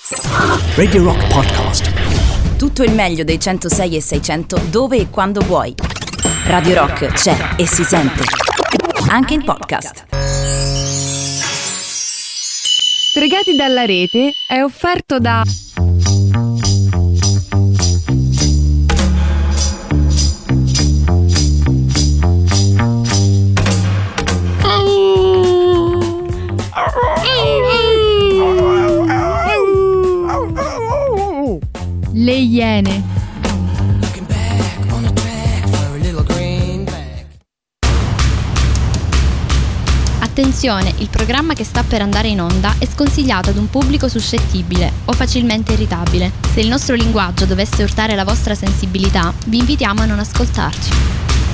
Radio Rock Podcast. Tutto il meglio dei 106 e 600 dove e quando vuoi. Radio Rock c'è e si sente anche in podcast. Stregati dalla rete è offerto da Le Iene. Attenzione, il programma che sta per andare in onda è sconsigliato ad un pubblico suscettibile o facilmente irritabile. Se il nostro linguaggio dovesse urtare la vostra sensibilità, vi invitiamo a non ascoltarci.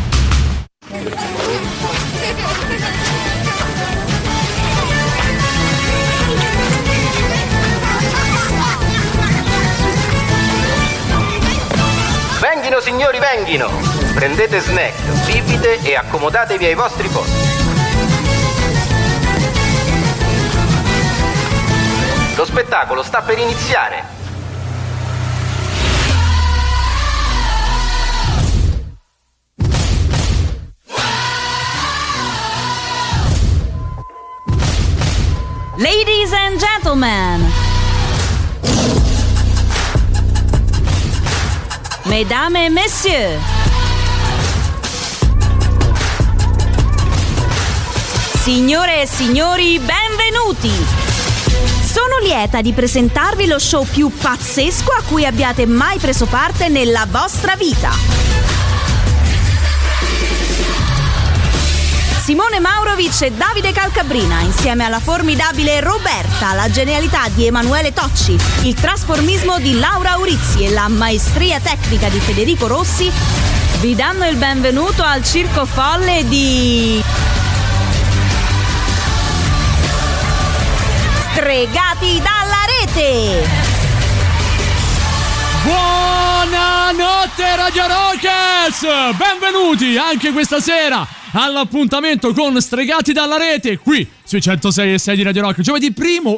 Venghino signori, venghino! Prendete snack, bibite e accomodatevi ai vostri posti. Lo spettacolo sta per iniziare. Ladies and gentlemen, mesdames et messieurs, signore e signori, benvenuti! Sono lieta di presentarvi lo show più pazzesco a cui abbiate mai preso parte nella vostra vita. Simone Maurovic e Davide Calcabrina, insieme alla formidabile Roberta, la genialità di Emanuele Tocci, il trasformismo di Laura Urizzi e la maestria tecnica di Federico Rossi, vi danno il benvenuto al circo folle di Stregati dalla rete. Buonanotte Radio Rockers! Benvenuti anche questa sera all'appuntamento con Stregati dalla rete qui sui 106 e 6 di Radio Rock. Giovedì 1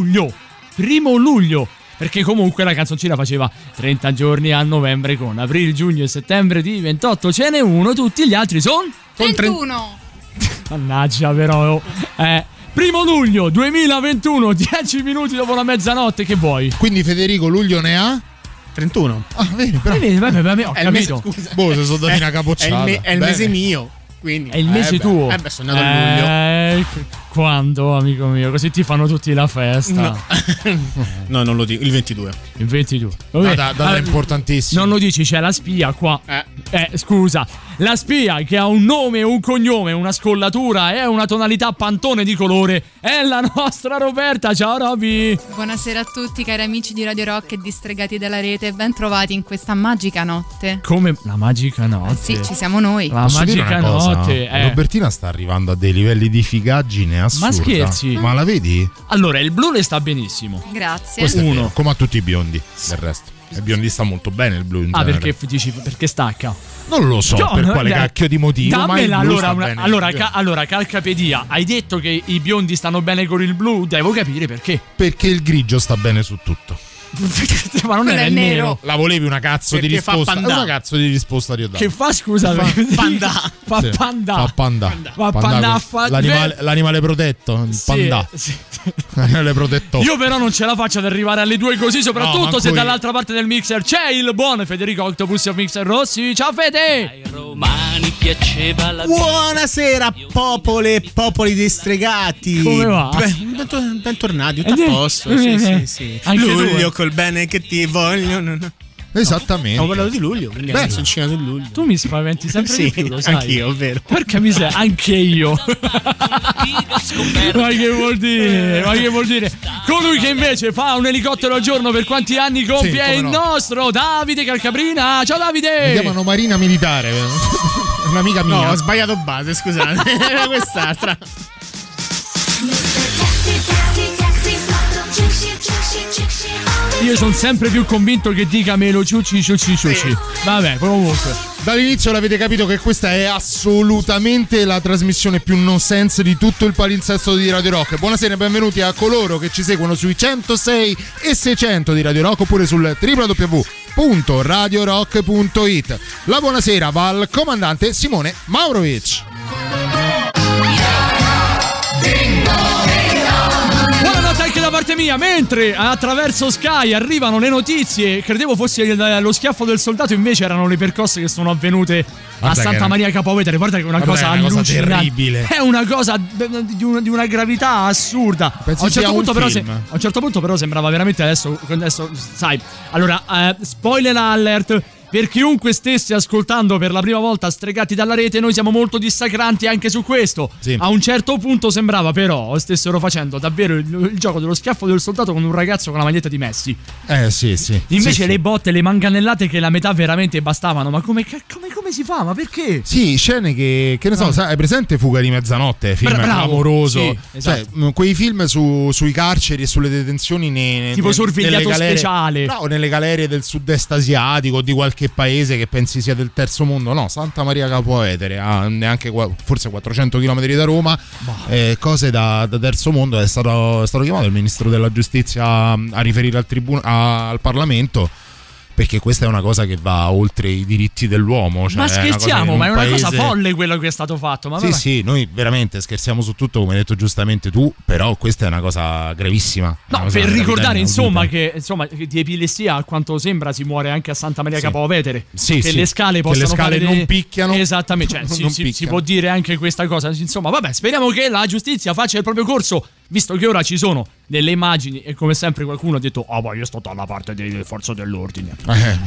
luglio, perché comunque la canzoncina faceva 30 giorni a novembre con aprile, giugno e settembre di 28, ce n'è uno, tutti gli altri sono 31. Mannaggia però 1 luglio 2021, 10 minuti dopo la mezzanotte, che vuoi? Quindi Federico luglio ne ha? 31. Ah, vedi, però. Vabbè, ho capito. Boh, se sono dato una capocciata. È il mese mio. Quindi, è il mese tuo. Beh, sono nato a luglio. Quando, amico mio? Così ti fanno tutti la festa. No, non lo dico. Il 22. Il 22. Data importantissimo. Non lo dici, c'è la spia qua. Scusa. La spia che ha un nome, un cognome, una scollatura e una tonalità pantone di colore è la nostra Roberta. Ciao Roby. Buonasera a tutti cari amici di Radio Rock e di Stregati della rete. Ben trovati in questa magica notte. Come la magica notte? Sì, ci siamo noi. La magica notte. Robertina sta arrivando a dei livelli di figaggine assurda. Ma scherzi? Ma la vedi? Allora, il blu le sta benissimo. Grazie. Questo è vero, come a tutti i biondi del resto. Il biondi sta molto bene il blu in genere. Perché dici perché stacca? Non lo so per quale cacchio di motivo. Dammela, ma allora Calcapedia, hai detto che i biondi stanno bene con il blu, devo capire perché. Perché il grigio sta bene su tutto. Ma non era il nero. La volevi una cazzo perché di risposta? Una cazzo di risposta ti ho dato. Che fa, scusa? Panda. Fa sì, panda. Fa panda. Fa panda. L'animale protetto. Il panda. Sì. L'animale protetto. Io però non ce la faccio ad arrivare alle 2 così, soprattutto se io. Dall'altra parte del mixer c'è il buon Federico Octopus of Mixer Rossi. Ciao Fede. Ai romani piaceva la Buonasera popoli di Stregati. Come va? Bentornati, tutto a posto. Sì. Anche luglio tu, col bene che ti voglio. No. Esattamente. Abbiamo parlato di luglio, quindi Beh, sono su luglio. Tu mi spaventi sempre di più, lo sai. Anch'io, vero. Porca miseria, anche io. Ma che vuol dire? Colui che invece fa un elicottero al giorno per quanti anni compie Sì, è il come no. nostro Davide Calcabrina. Ciao Davide. Mi chiamano Marina Militare. Un'amica mia. No, ho sbagliato base, scusate. Era quest'altra. Mr. Taxi, taxi, taxi, taxi, taxi, taxi, taxi, Io sono sempre più convinto che dica melo ciucci. Vabbè, comunque. Dall'inizio l'avete capito che questa è assolutamente la trasmissione più nonsense di tutto il palinsesto di Radio Rock. Buonasera e benvenuti a coloro che ci seguono sui 106 e 600 di Radio Rock oppure sul www.radiorock.it. La buonasera va al comandante Simone Maurovic. Buonanotte anche da parte mia, mentre attraverso Sky arrivano le notizie, credevo fosse lo schiaffo del soldato, invece erano le percosse che sono avvenute a Santa Maria Capua Vetere. Guarda che è una cosa allucinante, terribile. È una cosa di una gravità assurda. A un certo punto però sembrava veramente adesso sai. Allora, spoiler alert. Per chiunque stesse ascoltando per la prima volta Stregati dalla Rete, noi siamo molto dissacranti anche su questo. Sì. A un certo punto sembrava però stessero facendo davvero il gioco dello schiaffo del soldato con un ragazzo con la maglietta di Messi. Sì. Invece le botte, le manganellate che la metà veramente bastavano. Ma come si fa? Ma perché? Sì, scene che ne so, hai presente Fuga di mezzanotte? Film amoroso. Sì, esatto. Cioè, quei film sui carceri e sulle detenzioni tipo Sorvegliato speciale. No, nelle gallerie del sud-est asiatico, di qualche paese che pensi sia del terzo mondo. No, Santa Maria Capua Vetere, neanche forse 400 km da Roma, cose da terzo mondo. È stato chiamato il ministro della giustizia a riferire al Parlamento, perché questa è una cosa che va oltre i diritti dell'uomo. Cioè, ma scherziamo, ma è una cosa folle quello che è stato fatto. Ma sì, noi veramente scherziamo su tutto, come hai detto giustamente tu, però questa è una cosa gravissima. No, per ricordare che di epilessia, a quanto sembra, si muore anche a Santa Maria Capua Vetere. Che le scale possono fare non picchiano. Esattamente, si può dire anche questa cosa. Insomma, vabbè, speriamo che la giustizia faccia il proprio corso, visto che ora ci sono delle immagini e come sempre qualcuno ha detto ma io sto dalla parte delle forze dell'ordine.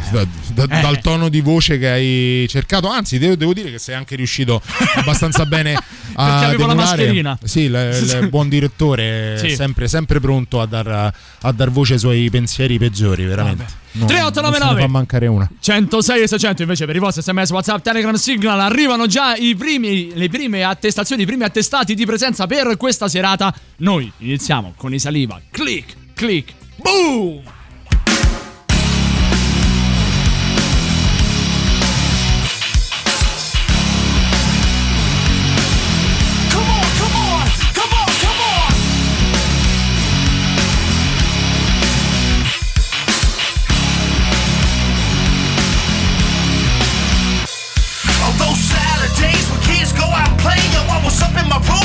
Dal tono di voce che hai cercato, anzi devo dire che sei anche riuscito abbastanza bene a avevo la mascherina. Sì, il buon direttore sì. sempre pronto a dar voce ai suoi pensieri peggiori, veramente. 3899 non fa mancare una 106 e 600 invece per i vostri SMS, WhatsApp, Telegram, Signal arrivano già le prime attestazioni, i primi attestati di presenza per questa serata. Noi iniziamo con i Saliva. Click, click, boom!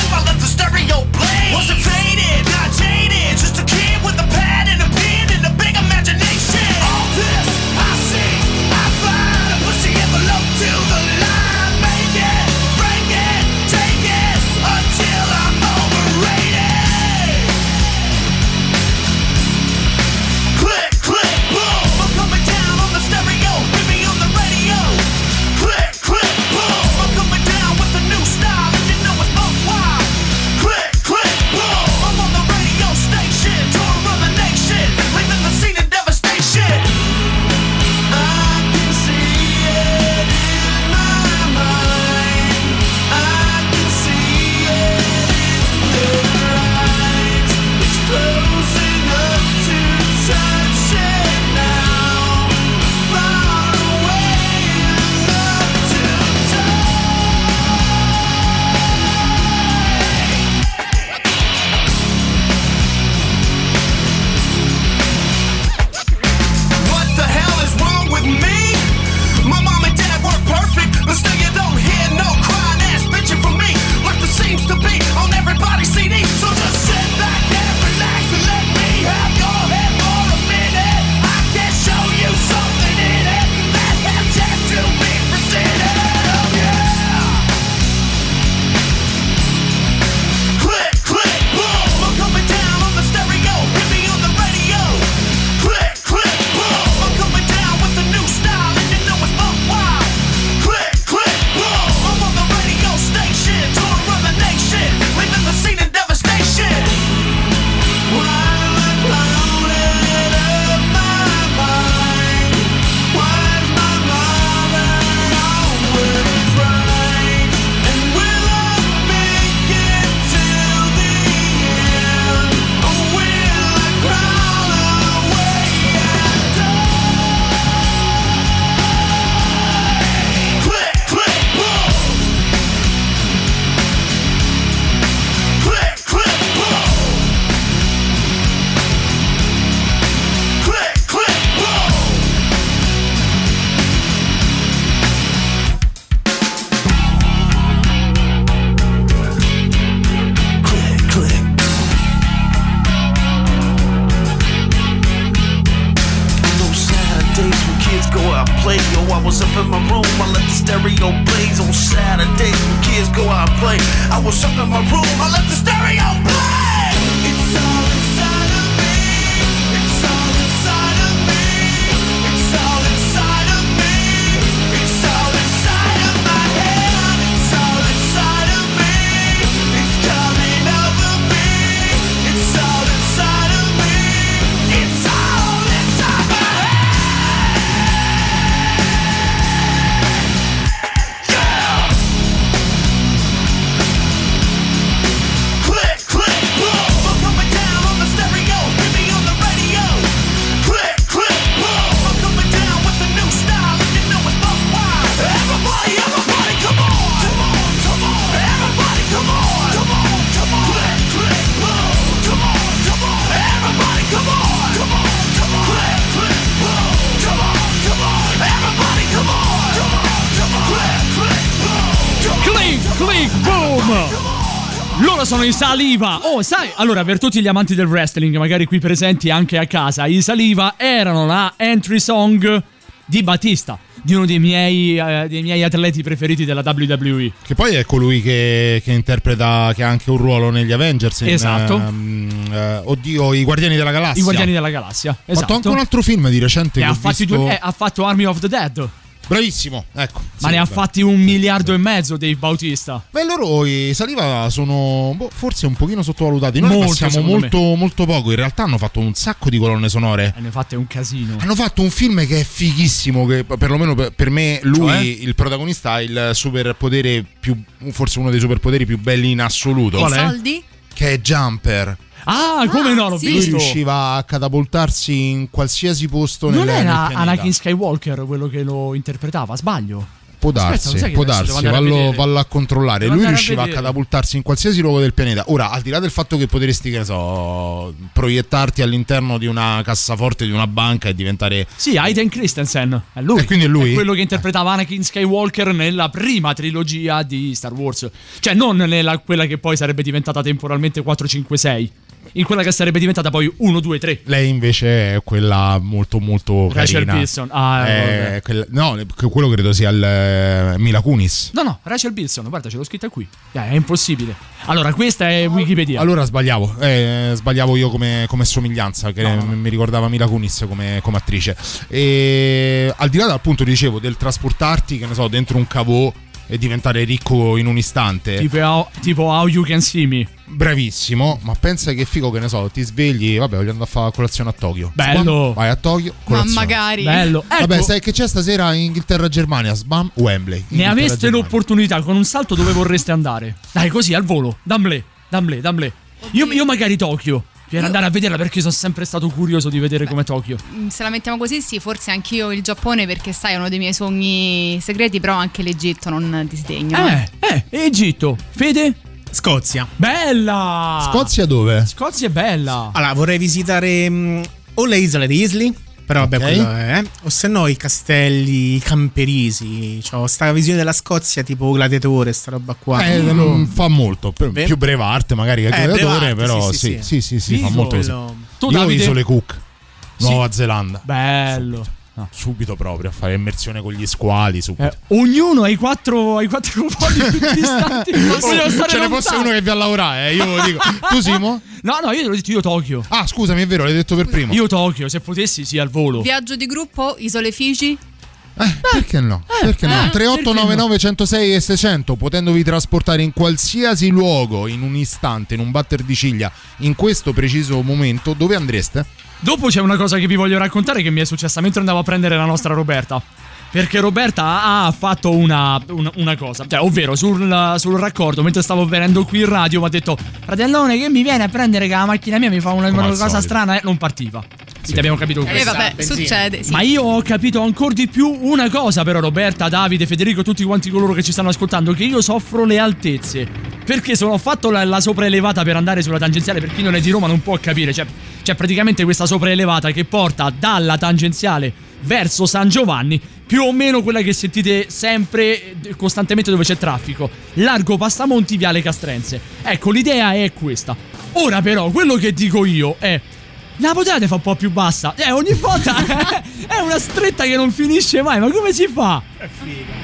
Wasn't faded, not jaded, just a kid with a pad and a pen and a big kids go out and play. Yo, I was up in my room, I let the stereo blaze on Saturdays when kids go out and play. I was up in my room, I let the stereo play. It's all inside of me. It's all inside of me. It's all inside of me. It's all inside of my head. It's all inside of me. It's coming over me. It's all inside of me. It's all inside my head. Yeah. Click, click, boom. I'm coming down on the stereo. Hit me on the radio. Click, click, boom. I'm coming down with a new style, and you know it's buck wild. Everybody, everybody, come on. Come on, come on. Everybody, come on. Come on, come on. Click, click, boom. Come on, come on. Everybody, come on. Come on, come on. Click, click, boom. Come on, come on. Everybody, come on. Come on, come on. Click, click, boom. Click, click, boom. Loro sono i Saliva. Oh, sai, allora per tutti gli amanti del wrestling, magari qui presenti anche a casa, i Saliva erano la entry song di Batista, di uno dei miei atleti preferiti della WWE. Che poi è colui che interpreta, che ha anche un ruolo negli Avengers. Esatto. Oddio, i Guardiani della Galassia. I Guardiani della Galassia. Ha Esatto. fatto anche un altro film di recente che ha ho fatti visto. ha fatto Army of the Dead. Bravissimo, ecco. Ma ne ha fatti 1,5 miliardi Dave Bautista. Beh, loro i Saliva sono forse un pochino sottovalutati. Noi ne passiamo molto poco. In realtà hanno fatto un sacco di colonne sonore. Ne fate un casino. Hanno fatto un film che è fighissimo, che perlomeno per me lui, il protagonista, ha il superpotere più, forse uno dei superpoteri più belli in assoluto. Qual è? Soldi? Che è Jumper. Ah, come no, l'ho Lui visto. riusciva a catapultarsi in qualsiasi posto non nel era pianeta. Anakin Skywalker quello che lo interpretava, sbaglio? Può darsi, vallo a controllare. Lui riusciva a catapultarsi in qualsiasi luogo del pianeta. Ora, al di là del fatto che potresti, che ne so, proiettarti all'interno di una cassaforte di una banca e diventare... Sì, Hayden Christensen, è lui. E quindi è lui? È quello che interpretava Anakin Skywalker nella prima trilogia di Star Wars. Cioè, non nella quella che poi sarebbe diventata temporalmente 4, 5, 6. In quella che sarebbe diventata poi 1, 2, 3. Lei invece è quella molto Rachel carina. Bilson. Quello credo sia il Mila Kunis. No, Rachel Bilson, guarda, ce l'ho scritta qui. È impossibile. Allora, questa è Wikipedia. Allora sbagliavo io come somiglianza, che mi ricordava Mila Kunis come attrice. E al di là, appunto, dicevo, del trasportarti, che ne so, dentro un cavò e diventare ricco in un istante, tipo How You Can See Me. Bravissimo, ma pensa che figo, che ne so, ti svegli, vabbè, voglio andare a fare colazione a Tokyo. Bello. Vai a Tokyo, colazione. Ma magari. Bello. Ecco. Vabbè, sai che c'è stasera Inghilterra-Germania, sbam, Wembley. Ne aveste l'opportunità con un salto, dove vorreste andare? Dai, così al volo, d'amblè. Io magari Tokyo, per andare a vederla, perché sono sempre stato curioso di vedere come Tokyo. Se la mettiamo così, sì, forse anch'io il Giappone, perché sai, è uno dei miei sogni segreti, però anche l'Egitto non disdegno. Egitto. Fede? Scozia. Bella! Scozia dove? Scozia è bella. Allora, vorrei visitare o le isole di Islay, però vabbè, quello è, o se no i castelli, i camperisi. Cioè, sta visione della Scozia tipo gladiatore, sta roba qua. Fa molto, più Brevard magari che gladiatore, però sì, fa molto. Io ho Isole Cook, Nuova Zelanda. Bello. Subito proprio a fare immersione con gli squali, subito. Ognuno ai quattro poli più distanti. Ce ne fosse uno che vi a lavorare, io lo dico. Tu, Simo? No, io te l'ho detto, io Tokyo. Ah, scusami, è vero, l'hai detto per primo. Io Tokyo, se potessi, sì, al volo. Viaggio di gruppo, Isole Figi. Perché no? 3899 106 e 600, potendovi trasportare in qualsiasi luogo, in un istante, in un batter di ciglia, in questo preciso momento, dove andreste? Dopo c'è una cosa che vi voglio raccontare che mi è successa mentre andavo a prendere la nostra Roberta. Perché Roberta ha fatto una cosa, cioè, ovvero sul raccordo, mentre stavo venendo qui in radio, mi ha detto: fratellone, che mi viene a prendere che la macchina mia mi fa una cosa strana, non partiva. Quindi abbiamo capito questo. Vabbè, succede. Sì. Ma io ho capito ancora di più una cosa, però, Roberta, Davide, Federico, tutti quanti coloro che ci stanno ascoltando, che io soffro le altezze. Perché sono fatto la sopraelevata per andare sulla tangenziale. Per chi non è di Roma non può capire. C'è praticamente questa sopraelevata che porta dalla tangenziale verso San Giovanni, più o meno quella che sentite sempre costantemente dove c'è traffico, largo Passamonti, viale Castrense. Ecco, l'idea è questa. Ora però, quello che dico io è: La potete fa un po' più bassa? Ogni volta è una stretta che non finisce mai, ma come si fa? È figa.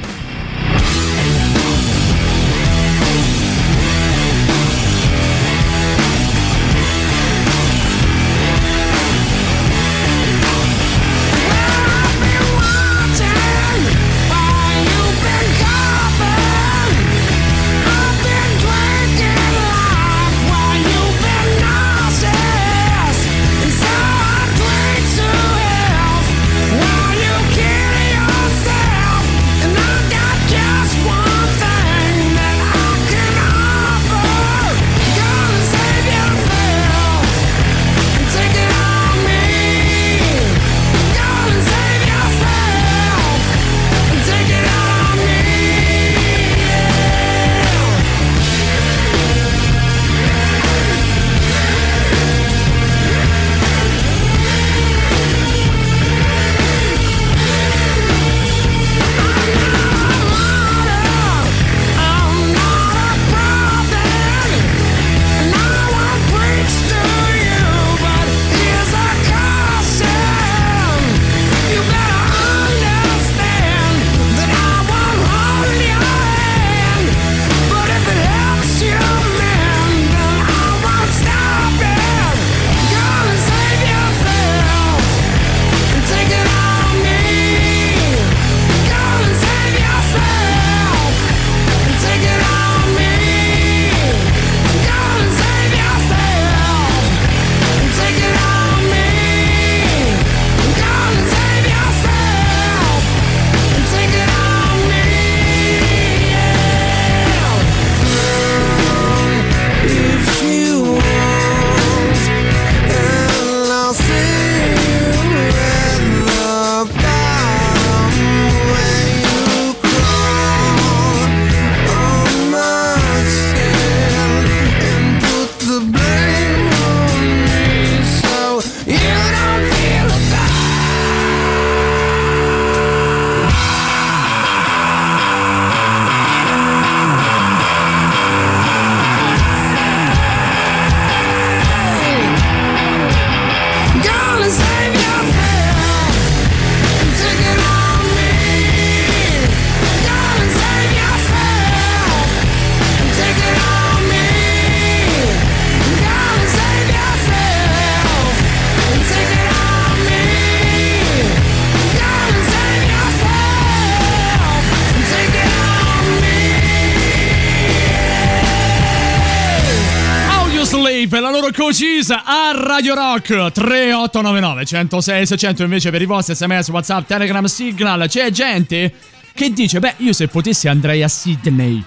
Per la loro Cocisa a Radio Rock 3899 106 600 invece per i vostri SMS, WhatsApp, Telegram, Signal. C'è gente che dice io se potessi andrei a Sydney.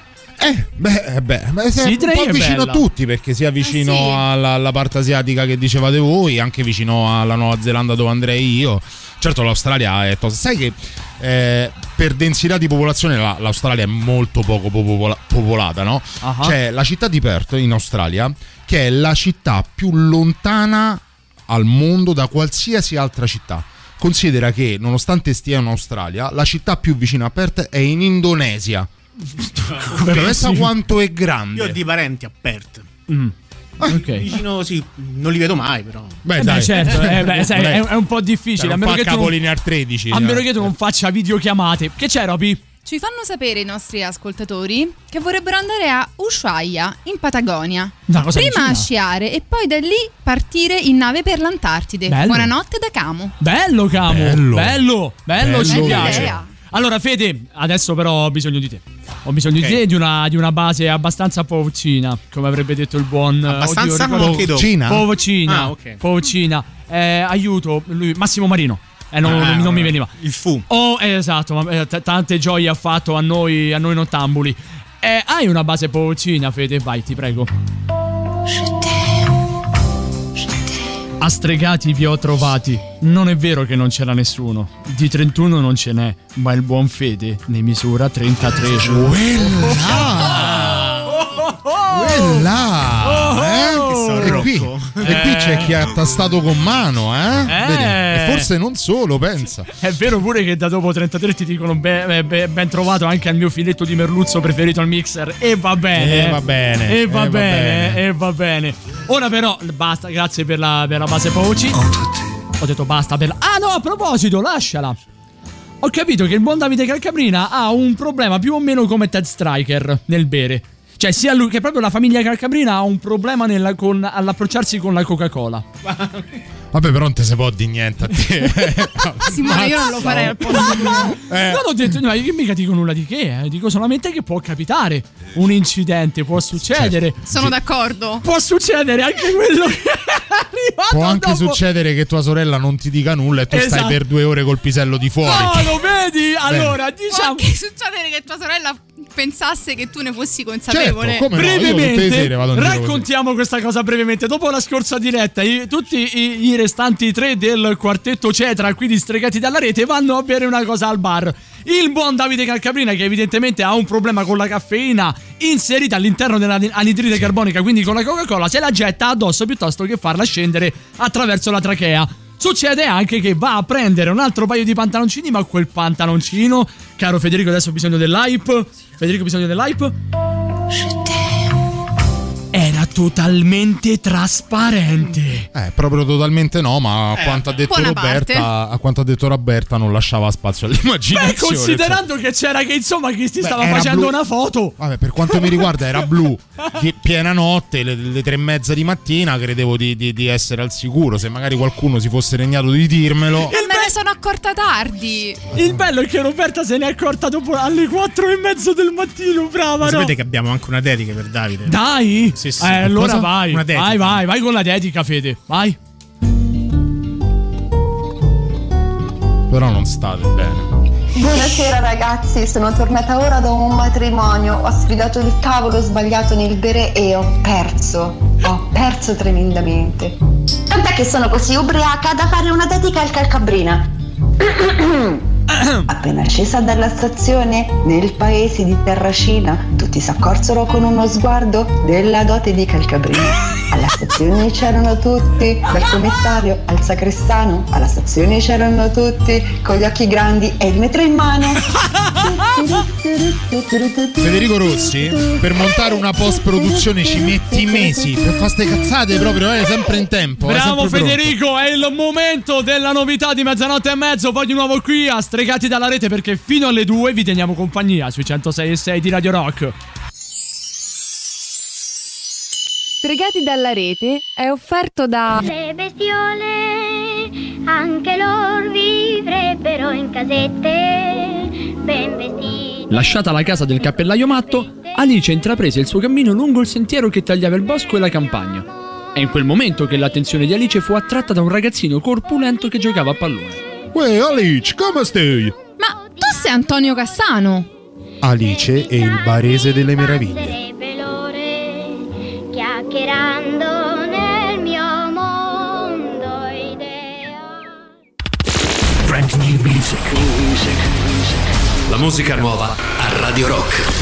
Sydney un po' vicino a tutti, perché sia vicino sì. alla parte asiatica che dicevate voi, anche vicino alla Nuova Zelanda dove andrei io. Certo l'Australia è tosta. Sai che per densità di popolazione l'Australia è molto poco popolata, no? Uh-huh. C'è la città di Perth in Australia, che è la città più lontana al mondo da qualsiasi altra città. Considera che, nonostante stia in Australia, la città più vicina a Perth è in Indonesia. Pensa quanto è grande. Io ho di parenti a Perth. Okay. Vicino, sì, non li vedo mai, però. Certo, è un po' difficile. A meno che capolinea 13. A meno che tu non faccia videochiamate. Che c'è, Roby? Ci fanno sapere i nostri ascoltatori che vorrebbero andare a Ushuaia, in Patagonia. Prima a sciare e poi da lì partire in nave per l'Antartide. Bello. Buonanotte da Camo. Bello, Camo. Bello. Ci piace. Idea. Allora, Fede, adesso però ho bisogno di te. Ho bisogno di te, di una base abbastanza povocina, come avrebbe detto il buon abbastanza povocina. Povocina. Aiuto, lui, Massimo Marino. Non mi veniva. Il fu. Esatto, ma tante gioie ha fatto a noi nottambuli. Hai una base povocina, Fede? Vai, ti prego. A Stregati vi ho trovati. Non è vero che non c'era nessuno. Di 31 non ce n'è, ma il buon Fede ne misura 33. E qui c'è chi ha tastato con mano, Vedi? E forse non solo, pensa. È vero pure che da dopo 33 ti dicono ben trovato anche al mio filetto di merluzzo preferito al mixer. E va bene. Va bene. Ora però basta, grazie per la base Poci. Ho detto basta per ah no, a proposito, lasciala. Ho capito che il buon Davide Calcabrina ha un problema più o meno come Ted Striker nel bere. Cioè sia lui che proprio la famiglia Calcabrina ha un problema all'approcciarsi con la Coca-Cola. Vabbè, però non te se può di niente a te. Simone, io non lo farei al posto di Non ho detto, no, io mica dico nulla di che, dico solamente che può capitare un incidente, può succedere. Certo. Sono d'accordo. Può succedere anche quello che è può anche dopo. Succedere che tua sorella non ti dica nulla e tu stai per 2 ore col pisello di fuori. No, lo vedi? Allora, diciamo. Può anche succedere che tua sorella pensasse che tu ne fossi consapevole. Certo, brevemente no, raccontiamo questa cosa brevemente. Dopo la scorsa diretta tutti i restanti 3 del quartetto Cetra qui distregati dalla rete vanno a bere una cosa al bar. Il buon Davide Calcabrina, che evidentemente ha un problema con la caffeina inserita all'interno dell'anidride carbonica, quindi con la Coca-Cola, se la getta addosso piuttosto che farla scendere attraverso la trachea. Succede anche che va a prendere un altro paio di pantaloncini, ma quel pantaloncino, caro Federico, adesso ho bisogno dell'hype. Federico, bisogno dell'hype. Era totalmente trasparente. Proprio totalmente no, ma a quanto ha detto Roberta, non lasciava spazio all'immaginazione. Beh, considerando che c'era che insomma chi si stava facendo blu. Una foto. Vabbè, per quanto mi riguarda era blu, di piena notte, le 3:30 di mattina, credevo di essere al sicuro. Se magari qualcuno si fosse degnato di dirmelo. Me ne sono accorta tardi. Il bello è che Roberta se ne è accorta dopo alle 4:30 del mattino, brava. Sapete che abbiamo anche una dedica per Davide. Dai. Sì. Allora vai con la dedica, Fede, vai. Però non state bene. Buonasera ragazzi, sono tornata ora da un matrimonio. Ho sfidato il tavolo sbagliato nel bere e ho perso tremendamente. Tant'è che sono così ubriaca da fare una dedica al Calcabrina. Appena scesa dalla stazione nel paese di Terracina, tutti si accorsero con uno sguardo della dote di Calcabrina. Alla stazione c'erano tutti, dal commissario al sacrestano. Alla stazione c'erano tutti con gli occhi grandi e il metro in mano. Federico Rossi, per montare una post-produzione ci metti mesi. Per fare ste cazzate proprio, sempre in tempo. Bravo Federico, è il momento della novità di 00:30. Poi di nuovo qui a Stregati dalla rete, perché fino alle 2 vi teniamo compagnia sui 106.6 di Radio Rock. Stregati dalla rete è offerto da Le bestiole anche loro vivrebbero in casette ben vestite. Lasciata la casa del cappellaio matto, Alice intraprese il suo cammino lungo il sentiero che tagliava il bosco e la campagna. È in quel momento che l'attenzione di Alice fu attratta da un ragazzino corpulento che giocava a pallone. Uè Alice, come stai? Ma tu sei Antonio Cassano? Alice è il barese delle meraviglie. Chiacchierando nel mio mondo idea. Brand new music. La musica nuova a Radio Rock.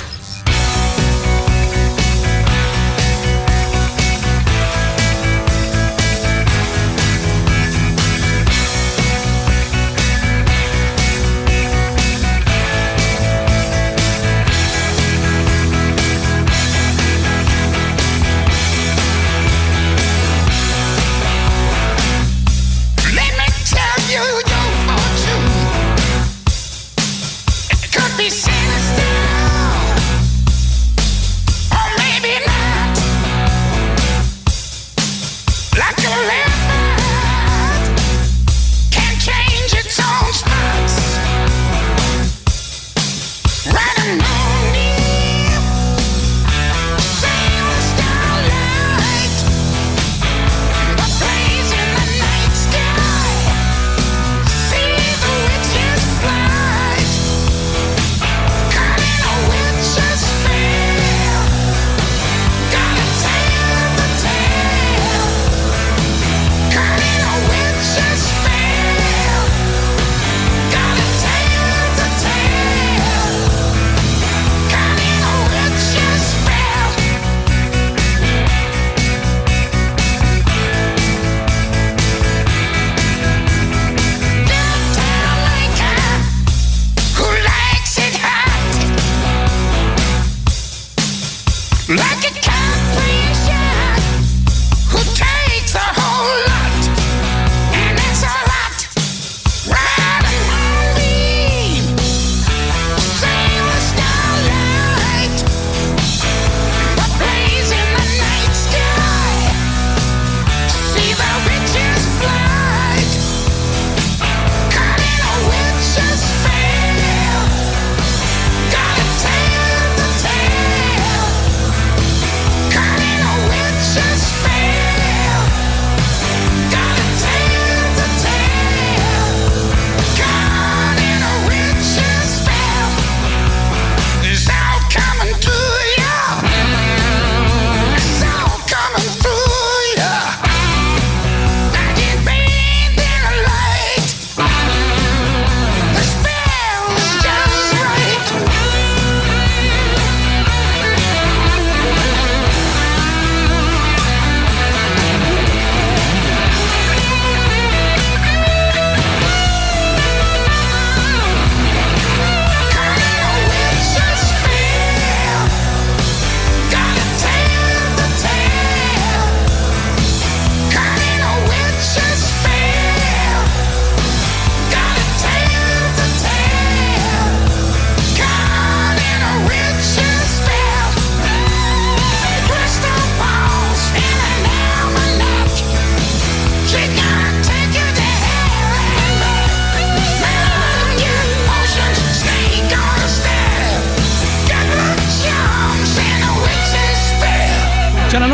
Be sinister.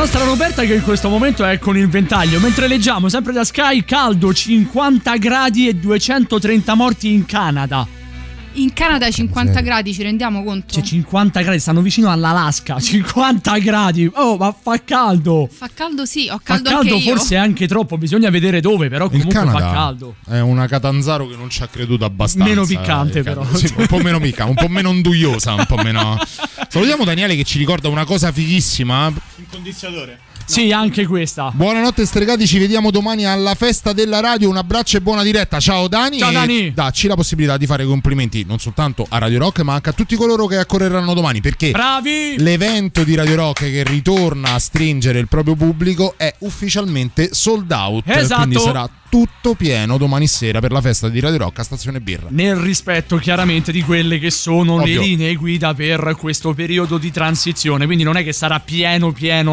nostra Roberta che in questo momento è con il ventaglio, mentre leggiamo sempre da Sky, caldo, 50 gradi e 230 morti in Canada. In Canada 50 gradi, ci rendiamo conto? Cioè 50 gradi, stanno vicino all'Alaska, 50 gradi, oh ma fa caldo. Fa caldo sì, ho Fa caldo caldo anche io. forse anche troppo, bisogna vedere dove, però comunque fa caldo. È una Catanzaro che non ci ha creduto abbastanza. Meno piccante però. Sì, un po' meno piccante, un po' meno onduiosa, un po' meno... Salutiamo Daniele che ci ricorda una cosa fighissima. Il condizionatore. Sì, anche questa. Buonanotte stregati, ci vediamo domani alla festa della radio. Un abbraccio e buona diretta. Ciao Dani. Ciao Dani. Dacci la possibilità di fare complimenti non soltanto a Radio Rock, ma anche a tutti coloro che accorreranno domani, perché bravi! L'evento di Radio Rock che ritorna a stringere il proprio pubblico è ufficialmente sold out. Esatto. Quindi sarà tutto pieno domani sera per la festa di Radio Rock a Stazione Birra. Nel rispetto chiaramente di quelle che sono Ovvio. le linee guida per questo periodo di transizione. Quindi non è che sarà pieno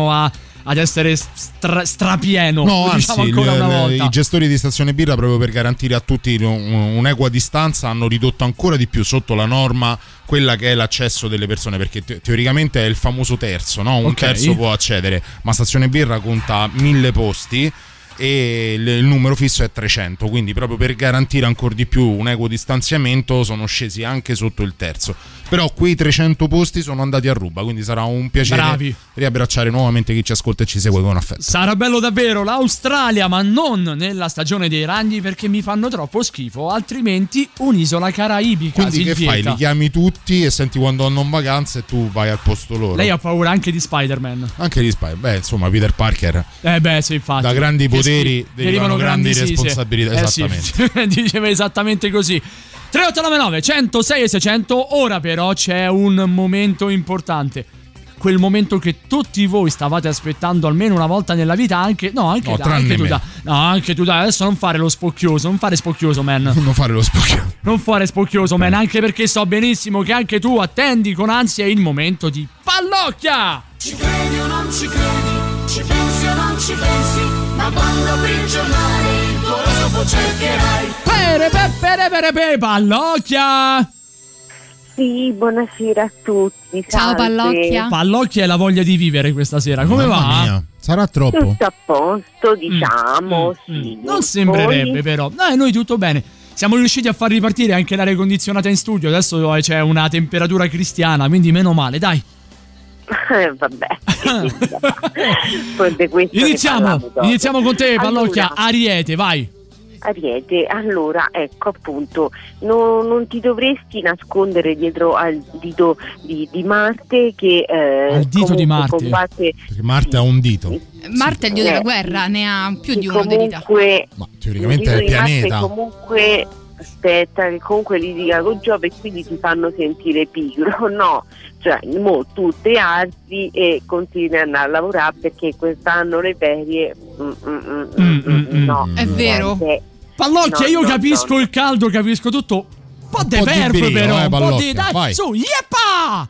ad essere strapieno. No, anzi, diciamo ancora una volta. I gestori di Stazione Birra, proprio per garantire a tutti un'equa distanza, hanno ridotto ancora di più sotto la norma quella che è l'accesso delle persone, perché teoricamente è il famoso terzo, no? Un terzo può accedere, ma Stazione Birra conta 1000 posti e il numero fisso è 300, quindi proprio per garantire ancora di più un equo distanziamento sono scesi anche sotto il terzo. Però quei 300 posti sono andati a ruba, quindi sarà un piacere riabbracciare nuovamente chi ci ascolta e ci segue con affetto. Sarà bello davvero l'Australia, ma non nella stagione dei ragni, perché mi fanno troppo schifo, altrimenti un'isola caraibica. Quindi che fai? Li chiami tutti e senti quando hanno in vacanza e tu vai al posto loro. Lei ha paura anche di Spider-Man. Anche di Spider-Man. Beh, insomma, Peter Parker. Beh, sì, infatti. Da grandi poteri derivano grandi responsabilità. Esattamente. Sì. Diceva esattamente così. 3899 106 e 600. Ora però c'è un momento importante, quel momento che tutti voi stavate aspettando almeno una volta nella vita, anche tu dai, adesso non fare lo spocchioso, non fare spocchioso, man. Non fare spocchioso, man, anche perché so benissimo che anche tu attendi con ansia il momento di Pallocchia. Ci credi o non ci credi, ci pensi o non ci pensi, ma quando apri il giornale il tuo oroscopo cercherai. Pallocchia! Sì, buonasera a tutti. Ciao Pallocchia. Pallocchia è la voglia di vivere questa sera. Come va? Mia. Sarà troppo. Tutto a posto, diciamo. Sì. Non sembrerebbe però. Noi tutto bene. Siamo riusciti a far ripartire anche l'aria condizionata in studio. Adesso c'è una temperatura cristiana, quindi meno male, dai. Vabbè. Iniziamo con te, Pallocchia. Allora, Ariete, vai. Ariete, allora ecco appunto, non ti dovresti nascondere dietro al dito di Marte che al dito di Marte combatte, perché Marte ha un dito. Marte è il dio della guerra, ne ha più di uno di dita. Ma teoricamente è il pianeta. Comunque aspetta, che comunque litiga con Giove e quindi ti fanno sentire pigro, no? Cioè, tu te alzi e continui ad andare a lavorare perché quest'anno le ferie no. È vero. Pallocchia, io capisco il caldo, capisco tutto. Un po' di verbo però, un po' di... Dai, su, yepa!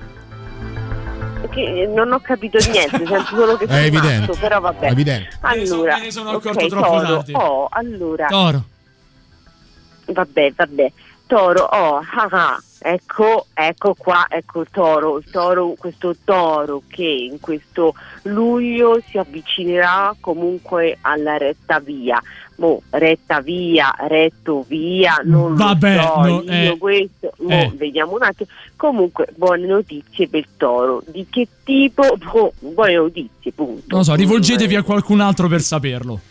Non ho capito niente, sento solo che è evidente, matto, però vabbè. È evidente. Allora, me ne sono accorto troppo tardi. Allora. Toro. Vabbè. Toro, ecco qua, ecco il toro, questo toro che in questo luglio si avvicinerà comunque alla retta via. Retto via, non vabbè, lo so, no, io questo, vediamo un attimo. Comunque, buone notizie per il toro. Di che tipo? Buone notizie, punto. Non lo so, rivolgetevi a qualcun altro per saperlo.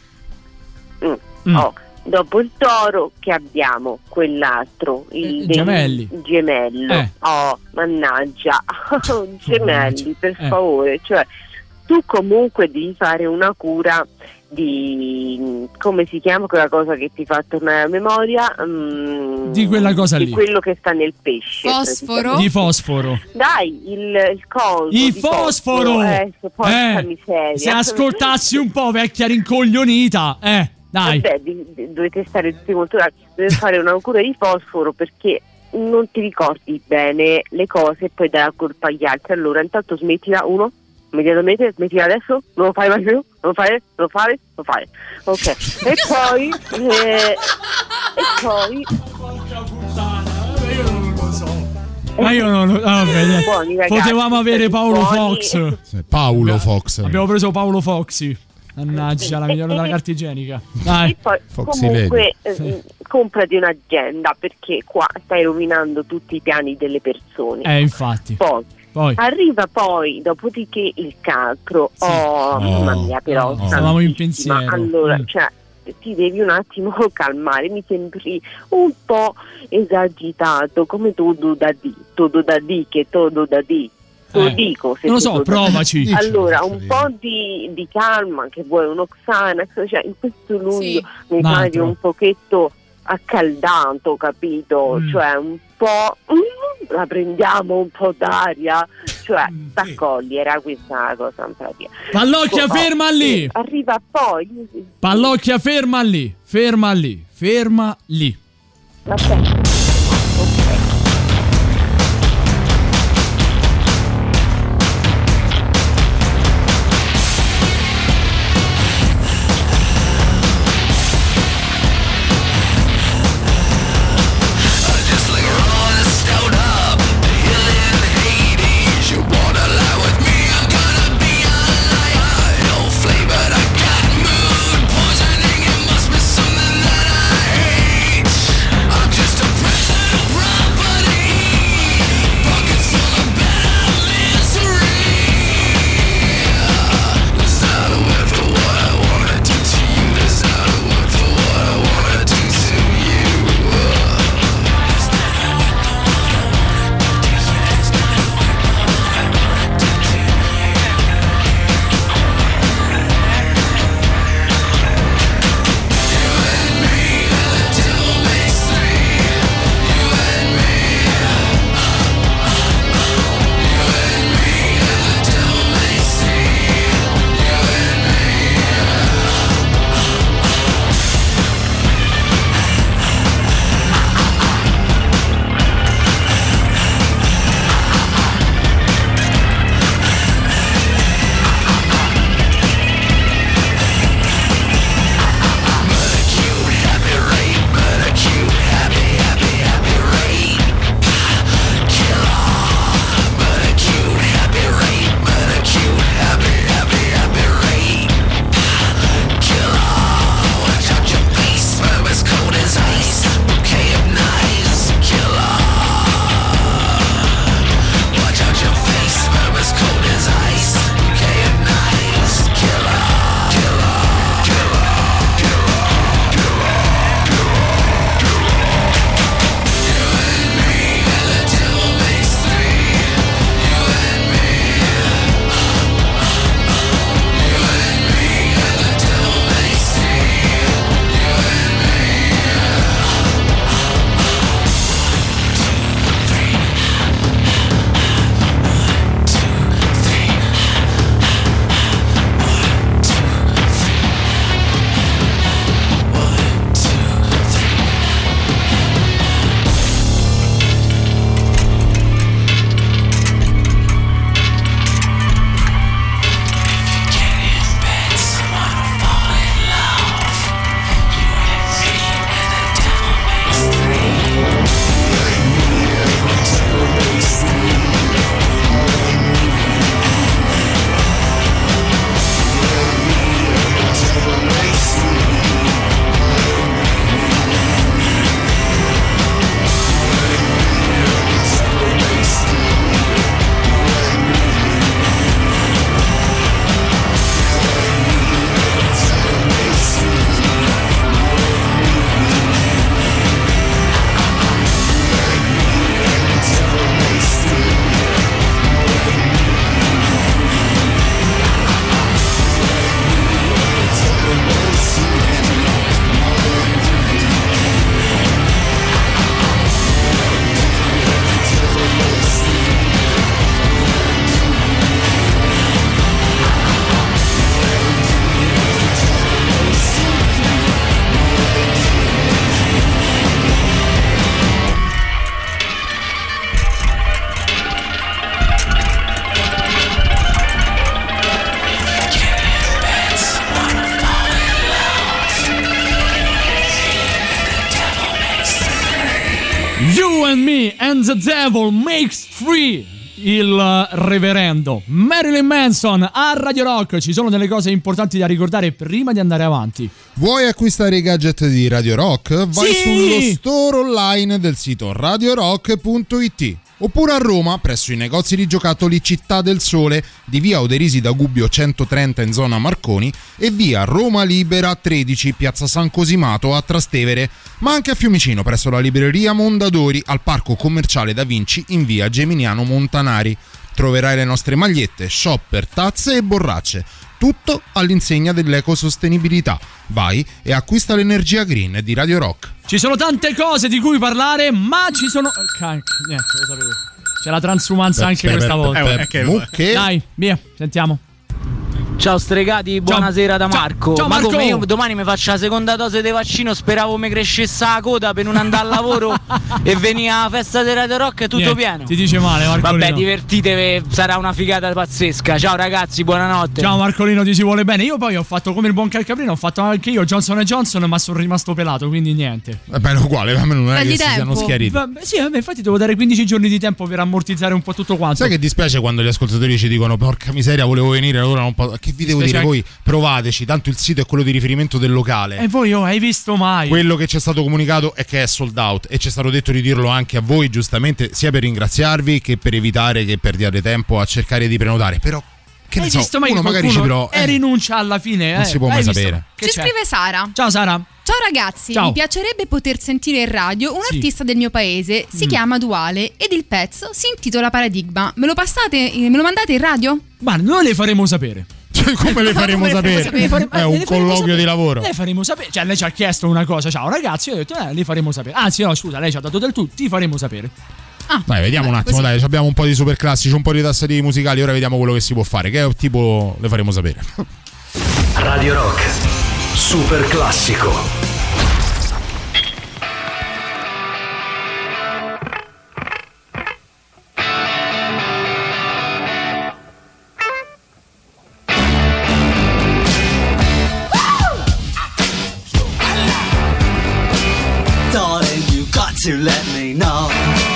Dopo il toro che abbiamo quell'altro, il gemello. Mannaggia. Gemelli, per favore, cioè tu comunque devi fare una cura di, come si chiama quella cosa che ti fa tornare a memoria, di quella cosa lì, di quello che sta nel pesce, di fosforo. Dai, il coso il fosforo. Porca miseria. Se ascoltassi un po', vecchia rincoglionita, dai. Vabbè, dovete stare tutti molto bravi. Dovete fare una cura di fosforo perché non ti ricordi bene le cose e poi dai la colpa agli altri. Allora intanto smettila, immediatamente, smettila adesso, non lo fai mai più, non lo fare. Ok. E poi porca puttana, io non lo so. Ma io non lo vabbè, buoni, ragazzi, potevamo avere Paolo Fox. Paolo Fox. Abbiamo preso Paolo Foxy. Mannaggia, la migliore della carta igienica. Dai. E poi comunque comprati un'agenda, perché qua stai rovinando tutti i piani delle persone. Infatti. Poi arriva dopodiché il cancro. Sì. Mamma mia, però stavamo in pensiero. Allora, cioè, ti devi un attimo calmare, mi sembri un po' esagitato, come todo da di. Lo dico, se non lo so, provaci. Allora, un po' di calma, che vuoi uno Xanax, cioè in questo luglio mi pare un pochetto accaldato, capito? Cioè un po' la prendiamo un po' d'aria, cioè t'accogli, era questa la cosa in pratica. Pallocchia, ferma lì. Arriva poi. Pallocchia, ferma lì. Vabbè. Just a president proper. You and Me and the Devil Makes Free, il reverendo Marilyn Manson a Radio Rock. Ci sono delle cose importanti da ricordare prima di andare avanti. Vuoi acquistare i gadget di Radio Rock? Vai sullo store online del sito radiorock.it. Oppure a Roma, presso i negozi di giocattoli Città del Sole di via Oderisi da Gubbio 130 in zona Marconi e via Roma Libera 13 piazza San Cosimato a Trastevere, ma anche a Fiumicino presso la libreria Mondadori al parco commerciale Da Vinci in via Geminiano Montanari. Troverai le nostre magliette, shopper, tazze e borracce. Tutto all'insegna dell'ecosostenibilità. Vai e acquista l'energia green di Radio Rock. Ci sono tante cose di cui parlare, ma ci sono... Niente, lo sapevo. C'è la transumanza anche questa volta. Dai, via, sentiamo. Ciao stregati, buonasera da Marco. Ciao Marco. Ma come io domani mi faccio la seconda dose di vaccino, speravo mi crescesse la coda per non andare al lavoro e venire alla festa di Radio Rock tutto pieno. Ti dice male, Marcolino. Vabbè, divertitevi, sarà una figata pazzesca. Ciao ragazzi, buonanotte. Ciao Marcolino, ti si vuole bene. Io poi ho fatto come il buon Calcaprino, ho fatto anche io Johnson & Johnson, ma sono rimasto pelato, quindi niente. Vabbè, uguale, a me non è che si siano schiariti. Sì, vabbè, infatti devo dare 15 giorni di tempo per ammortizzare un po' tutto quanto. Sai che dispiace quando gli ascoltatori ci dicono porca miseria, volevo venire, allora non posso. Che vi devo dire voi? Provateci, tanto il sito è quello di riferimento del locale. E voi hai visto mai? Quello che ci è stato comunicato è che è sold out e ci è stato detto di dirlo anche a voi, giustamente, sia per ringraziarvi che per evitare che perdiate tempo a cercare di prenotare. Però che ne so, uno magari ci prova e rinuncia alla fine. Non si può mai sapere. Ci scrive Sara. Ciao Sara. Ciao ragazzi, Ciao. Mi piacerebbe poter sentire in radio un artista del mio paese, si chiama Duale ed il pezzo si intitola Paradigma. Me lo mandate in radio? Ma noi le faremo sapere. Come le faremo sapere? È un colloquio di lavoro. Le faremo sapere. Cioè, lei ci ha chiesto una cosa. Ciao ragazzi, io ho detto, le faremo sapere. Anzi, no, scusa, lei ci ha dato del tu. Ti faremo sapere. Dai, vediamo un attimo, dai, abbiamo un po' di super classici, un po' di tassativi musicali. Ora vediamo quello che si può fare. Che tipo le faremo sapere. Radio Rock, super classico. To let me know,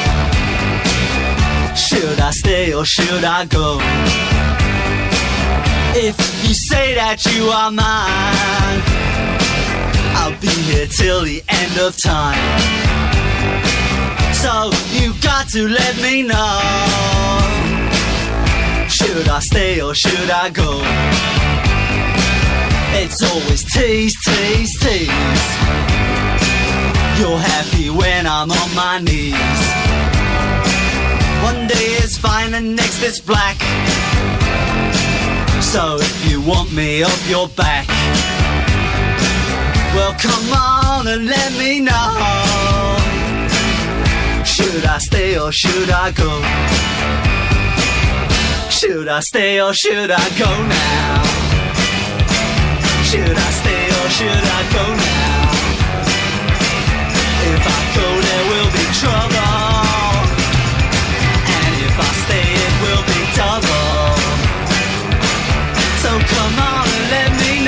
should I stay or should I go? If you say that you are mine, I'll be here till the end of time. So you got to let me know, should I stay or should I go? It's always tease, tease, tease. You're happy when I'm on my knees. One day is fine and next it's black. So if you want me off your back, well come on and let me know, should I stay or should I go? Should I stay or should I go now? Should I stay or should I go now? If I go there will be trouble, and if I stay it will be double. So come on and let me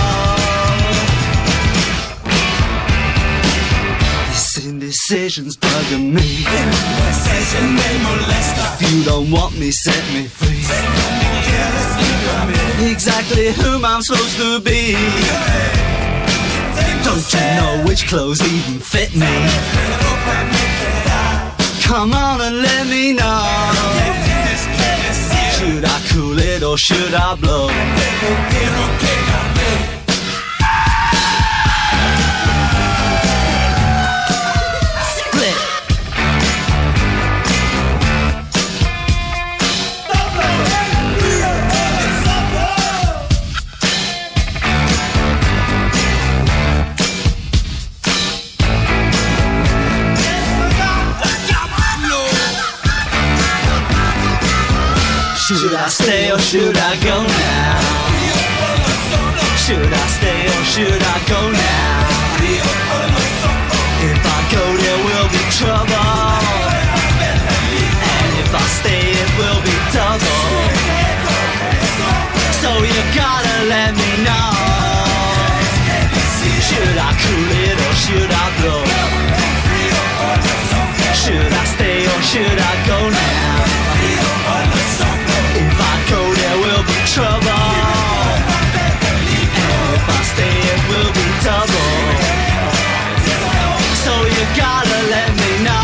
know. This indecision's bugging me. If you don't want me, set me free. Exactly whom I'm supposed to be. Don't you know which clothes even fit me? Come on and let me know, should I cool it or should I blow? Should I stay or should I go now? Should I stay or should I go now? If I go there will be trouble, and if I stay it will be double. So you gotta let me know, should I cool it or should I blow? should I go now? If I go there will be trouble, and if I stay it will be double. So you gotta let me know.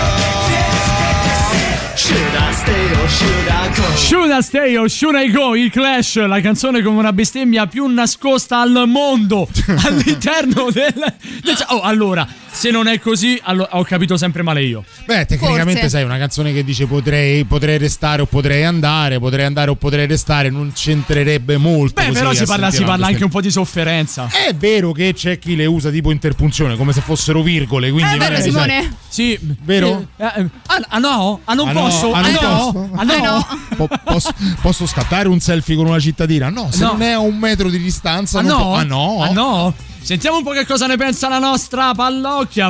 Should I stay or should I go? Should I stay or should I go? Il Clash, la canzone come una bestemmia più nascosta al mondo all'interno oh, allora, se non è così, allora, ho capito sempre male io. Beh, tecnicamente forse. Sai, una canzone che dice potrei restare o potrei andare o potrei restare, non c'entrerebbe molto. Beh, però si parla anche un po' di sofferenza. È vero che c'è chi le usa tipo interpunzione, come se fossero virgole, quindi vero, Simone? Sai. Sì, vero? No? Non posso? No. Posso scattare un selfie con una cittadina? No, se non è a 1 metro di distanza no. Sentiamo un po' che cosa ne pensa la nostra Pallocchia.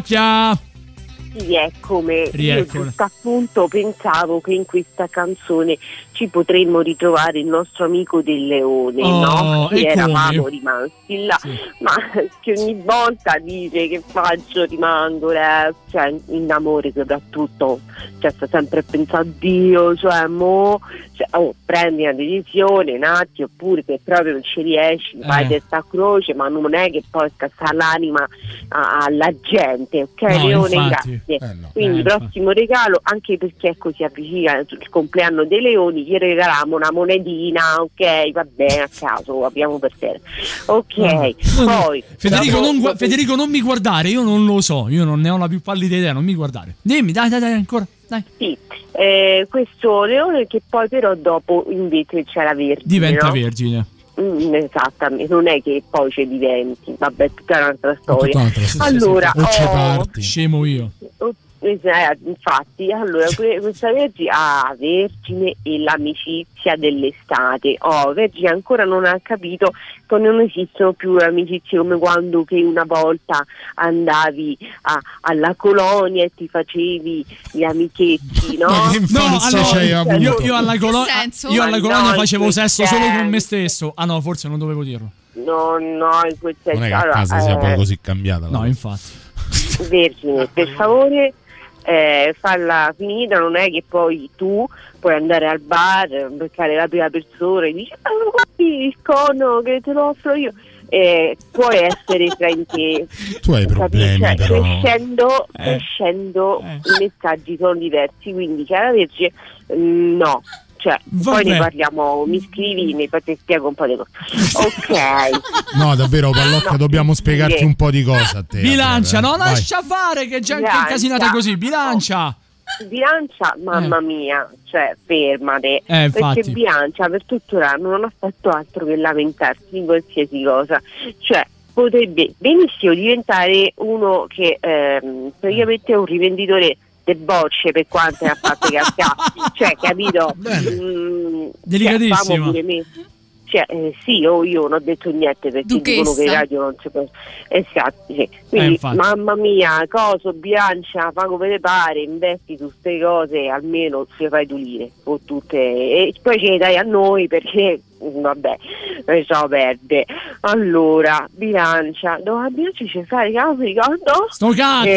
Rieccomi. Io giusto appunto pensavo che in questa canzone ci potremmo ritrovare il nostro amico del leone, no? Che eravamo rimasti là, sì. Ma che ogni volta dice che faccio, rimango, cioè in amore soprattutto, cioè sta sempre a pensare Dio, cioè prendi una decisione un attimo, oppure che proprio non ci riesci, fai testa croce, ma non è che poi scassa l'anima alla gente, ok? No, leone, infatti. grazie. Quindi prossimo regalo, anche perché così avvicina il compleanno dei leoni, gli regaliamo una monetina, ok, va bene, a caso abbiamo per terra, ok. Poi Federico, non mi guardare, io non lo so, io non ne ho la più pallida idea, non mi guardare, dimmi, dai ancora, dai. Sì, questo leone che poi però dopo invece c'è la vergine, diventa no? vergine. Esattamente, non è che poi ci diventi, vabbè, tutta un'altra storia. Allora, scemo io. Infatti, allora questa vergine e l'amicizia dell'estate. Vergine ancora non ha capito che non esistono più amicizie come quando che una volta andavi alla colonia e ti facevi gli amichetti, no? Io alla colonia facevo sesso solo con me stesso. Ah no, forse non dovevo dirlo. No, in quel senso. Non è che a casa sia poi così cambiata. No, infatti. Vergine, per favore, falla finita, non è che poi tu puoi andare al bar, beccare la prima persona e dici guardi il cono che te lo offro io, puoi essere tra in te, tu hai problemi, cioè, però crescendo i messaggi sono diversi, quindi cara Vergine, no. Cioè, poi ne parliamo, mi scrivi, ti spiego un po' di cose. Ok. No, davvero, Pallocchia, dobbiamo spiegarti un po' di cose a te. Bilancia, no, lascia fare che già anche incasinata così. Bilancia, mamma mia, cioè fermate, perché bilancia per tutto l'anno non ha fatto altro che lamentarsi di qualsiasi cosa, cioè potrebbe benissimo diventare uno che praticamente è un rivenditore bocce, per quante ne ha fatte che cioè, capito? Delicatissima. Sì, io non ho detto niente perché dicono che in radio non si può. Esatto, sì. Quindi mamma mia, coso, bilancia, fa come te pare, investi su queste cose, almeno se fai pulire o tutte, e poi ce le dai a noi perché vabbè, so perde. Allora, bilancia, bilancia ci fai caso, ricordo? Sto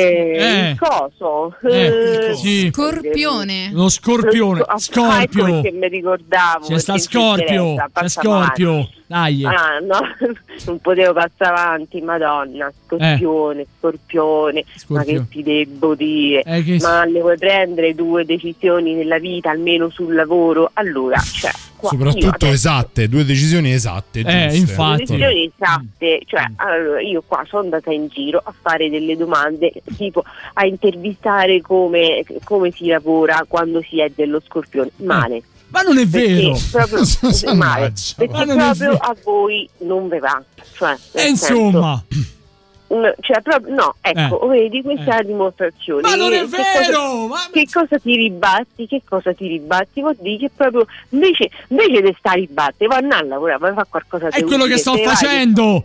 coso? Sì. Scorpione. Lo scorpione. Scorpio. Che mi ricordavo. C'è sta Scorpio. C'è Scorpio. Dai. No, non potevo passare avanti, madonna. Scorpione. Ma che ti devo dire? Ma le vuoi prendere 2 decisioni nella vita, almeno sul lavoro? Allora, cioè, soprattutto esatte, 2 decisioni esatte, giuste. Infatti. 2 decisioni esatte, cioè, allora io qua sono andata in giro a fare delle domande, tipo a intervistare come si lavora quando si è dello Scorpione. Male. Ma non è vero, proprio male, perché proprio a voi non ve va, cioè, insomma, cioè proprio no, ecco, vedi, questa è la dimostrazione. Ma non è vero! Che cosa ti ribatti? Vuol dire che proprio invece di stare a ribattere, vai a lavorare, vai a fare qualcosa di è quello che sto facendo.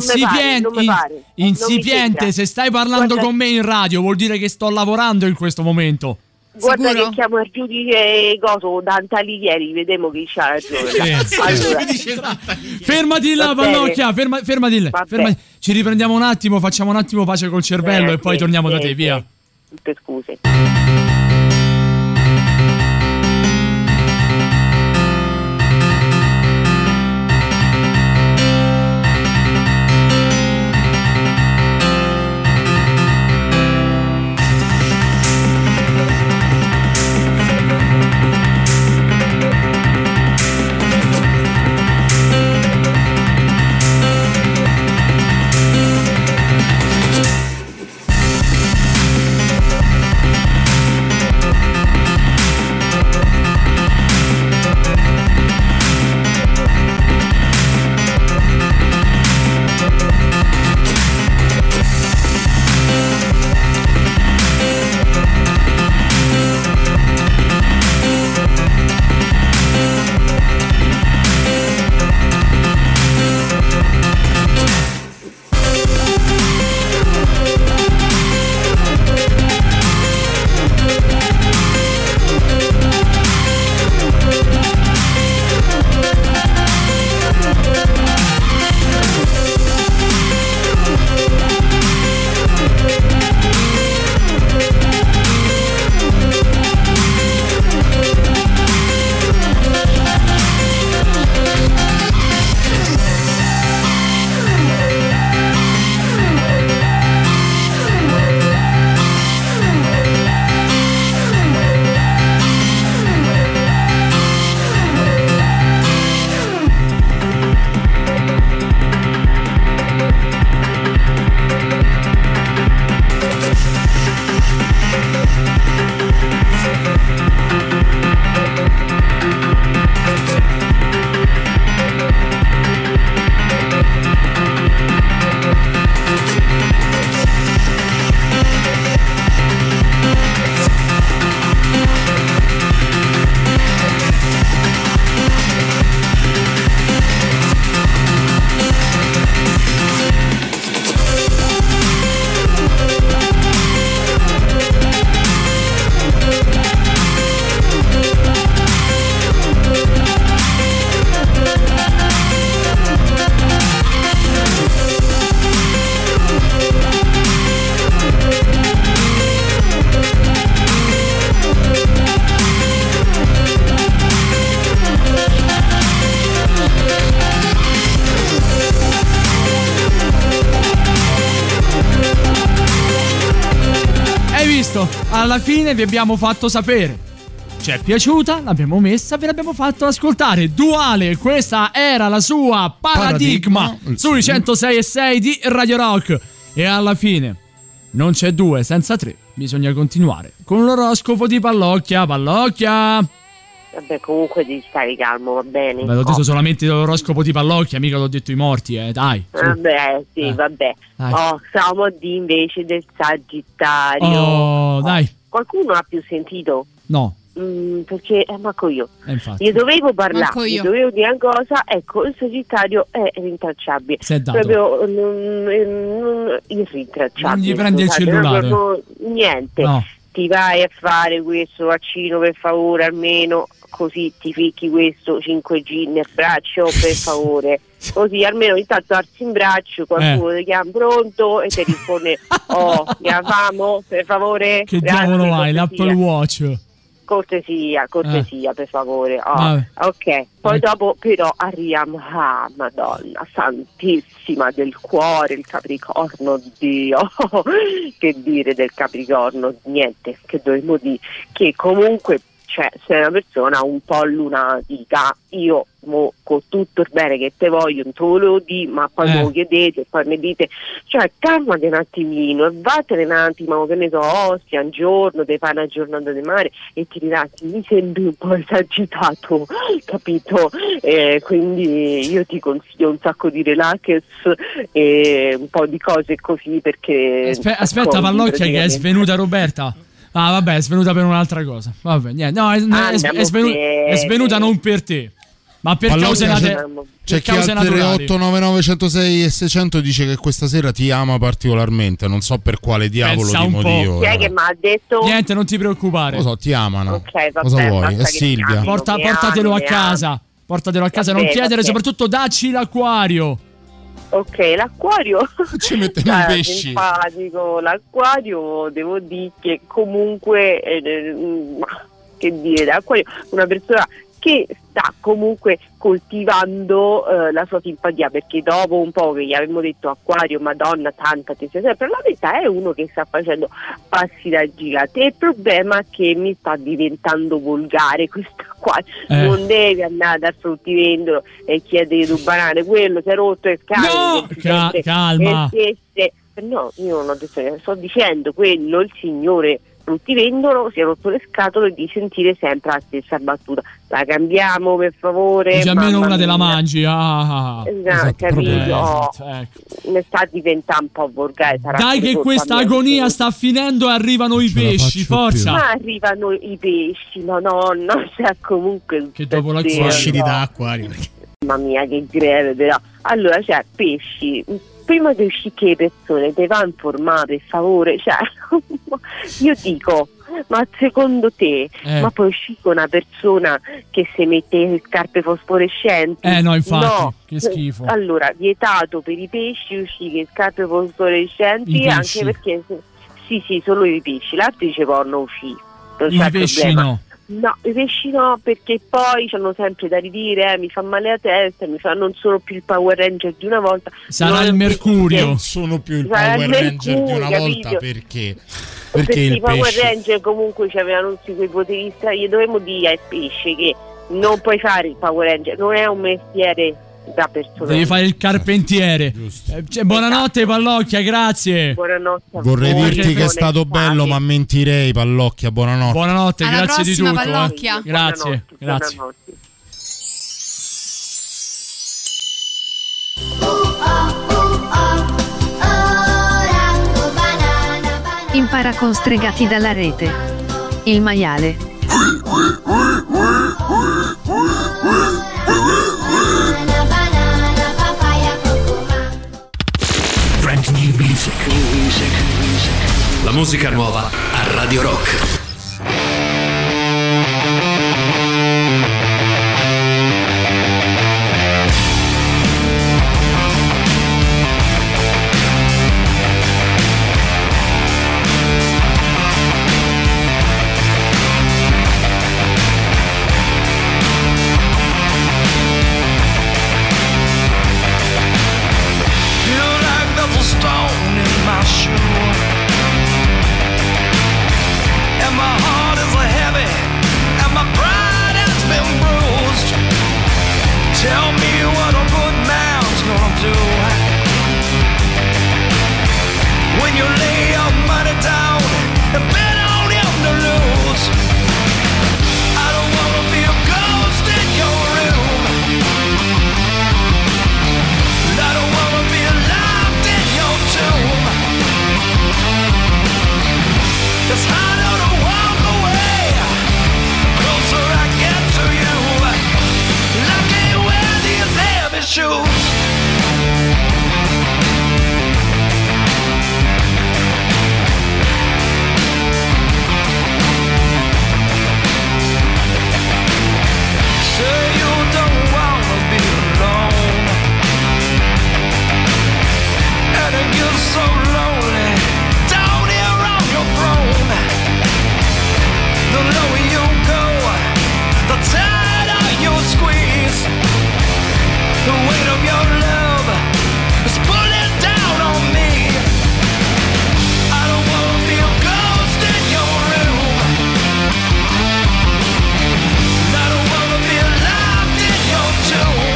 Incipiente, se stai parlando con me in radio vuol dire che sto lavorando in questo momento. Guarda sicuro? che chiamo il giudice Dante Alighieri, vediamo chi c'ha ragione. Allora. Fermati là, Pallocchia, fermati là. Ci riprendiamo un attimo, facciamo un attimo pace col cervello e poi torniamo da te, via. Tutte scuse. visto? Alla fine vi abbiamo fatto sapere. Ci è piaciuta, l'abbiamo messa, ve l'abbiamo fatto ascoltare. Duale, questa era la sua Paradigma sui 106.6 di Radio Rock. E alla fine non c'è 2 senza 3. Bisogna continuare con l'oroscopo di Pallocchia. Pallocchia! Vabbè, comunque devi stare calmo, va bene. Beh, l'ho detto solamente l'oroscopo di Pallocchia, mica l'ho detto i morti, dai. Su. Vabbè, sì, vabbè. Dai. Stiamo di invece del Sagittario. Oh, dai. Qualcuno ha più sentito? No. Perché manco io. Infatti. Io dovevo parlare, io dovevo dire una cosa, ecco, il Sagittario è rintracciabile. Si è dato. Proprio irrintracciabile. Non gli prendi il cellulare. Niente. No. Ti vai a fare questo vaccino, per favore, almeno così ti ficchi questo 5G nel braccio, per favore. Così almeno intanto alzi in braccio, qualcuno ti chiama pronto e ti risponde chiamiamo, per favore. Che diavolo hai? L'Apple Watch? Cortesia, per favore. Ok, poi dopo però arriviamo a Madonna Santissima del Cuore, il Capricorno, Dio. Che dire del Capricorno? Niente, che dovremmo dire? Che comunque sei una persona un po' lunatica. Io con tutto il bene che te voglio non te lo volevo dire, ma poi me lo chiedete e poi mi dite, calmati un attimino e vattene un attimo, che ne so, Ostia un giorno, ti fai una giornata di mare e ti rilassi. Mi sembri un po' esagitato, capito? Quindi io ti consiglio un sacco di relax e un po' di cose così, perché aspetta Pallocchia, che è svenuta Roberta. Ah, vabbè, è svenuta per un'altra cosa. Vabbè, niente. No, è svenuta non per te, ma per cause c'è chi al 3899 106 e 600 dice che questa sera ti ama particolarmente. Non so per quale diavolo di motivo. Chi è che mi ha detto? Niente, non ti preoccupare. Lo so, ti amano. Ok, vabbè, cosa vuoi? È Silvia. Portatelo a casa. Portatelo a casa, non chiedere, soprattutto dacci l'acquario. Ok, l'acquario ci mettiamo i pesci. Simpatico, l'acquario devo dire che comunque che dire, l'acquario una persona che sta comunque coltivando la sua simpatia, perché dopo un po' che gli avevamo detto acquario, Madonna, tanta ti sei sempre, la verità è uno che sta facendo passi da gigante. Il problema è che mi sta diventando volgare questo acquario. Non devi andare dal fruttivendolo e chiedere tu banane, quello si è rotto e calma. No, io non ho detto, sto dicendo quello, il signore fruttivendolo si è rotto le scatole di sentire sempre la stessa battuta. La cambiamo, per favore? Dice almeno una te la mangi. Capito? Ne sta diventando un po' volgare. Dai che questa agonia sta finendo e arrivano i pesci, forza. Ma arrivano i pesci, Madonna, comunque che dopo l'acqua esci da acquario. Mamma mia, che greve però. Allora, pesci. Prima di uscire che le persone ti va informare, per favore, io dico, ma secondo te ma puoi uscire con una persona che si mette le scarpe fosforescenti? No, infatti, no. Che schifo. Allora, vietato per i pesci uscire con scarpe fosforescenti, anche perché sì, solo i pesci, l'altro dice porno uscire, non c'è problema. No, i pesci no, perché poi c'hanno sempre da ridire, mi fa male la testa, non sono più il Power Ranger di una volta. Sarà il mercurio. Non sono più il Power Ranger di una volta, perché? Perché i Power Ranger comunque avevano tutti quei poteri, gli dovremmo dire ai pesci che non puoi fare il Power Ranger, non è un mestiere da persona. Devi fare il carpentiere. Buonanotte Pallocchia, grazie. Buonanotte. Vorrei dirti che è stato bello, ma mentirei, Pallocchia. Buonanotte. Buonanotte, alla grazie di tutto. Pallocchia. Grazie. Buonanotte. Impara con Stregati dalla Rete. Il maiale. Brand new music. La musica nuova a Radio Rock. Stone in my shoe. It's harder to walk away. The closer I get to you, I can't wear these heavy shoes. Say you don't wanna be alone, and it gets so lonely down here on your throne. The lower you go, the tighter you squeeze. The weight of your love is pulling down on me. I don't wanna be a ghost in your room. I don't wanna be locked in your tomb.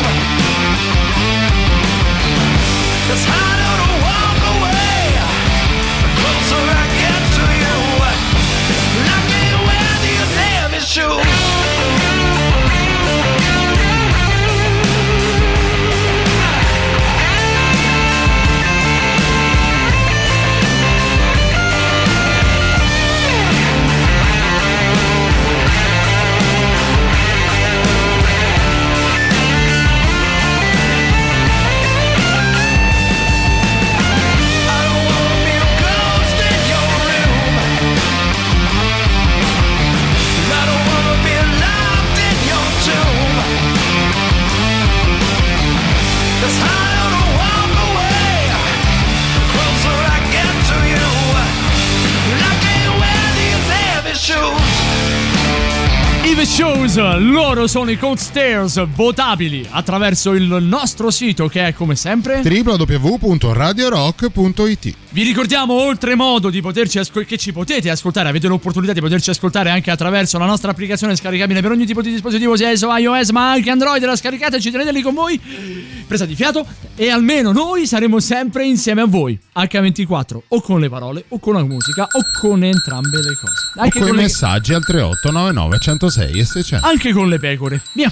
It's harder to walk away. The closer I get to you, I can't wear these heavy shoes. Shows, loro sono i Cold Stairs, votabili attraverso il nostro sito che è come sempre www.radiorock.it. Vi ricordiamo oltremodo di poterci che ci potete ascoltare, avete l'opportunità di poterci ascoltare anche attraverso la nostra applicazione scaricabile per ogni tipo di dispositivo, sia esso iOS ma anche Android. La scaricate, ci tenete lì con voi, presa di fiato, e almeno noi saremo sempre insieme a voi H24, o con le parole o con la musica o con entrambe le cose, anche con i messaggi al 3899 106 e 600, anche con le pecore. Via.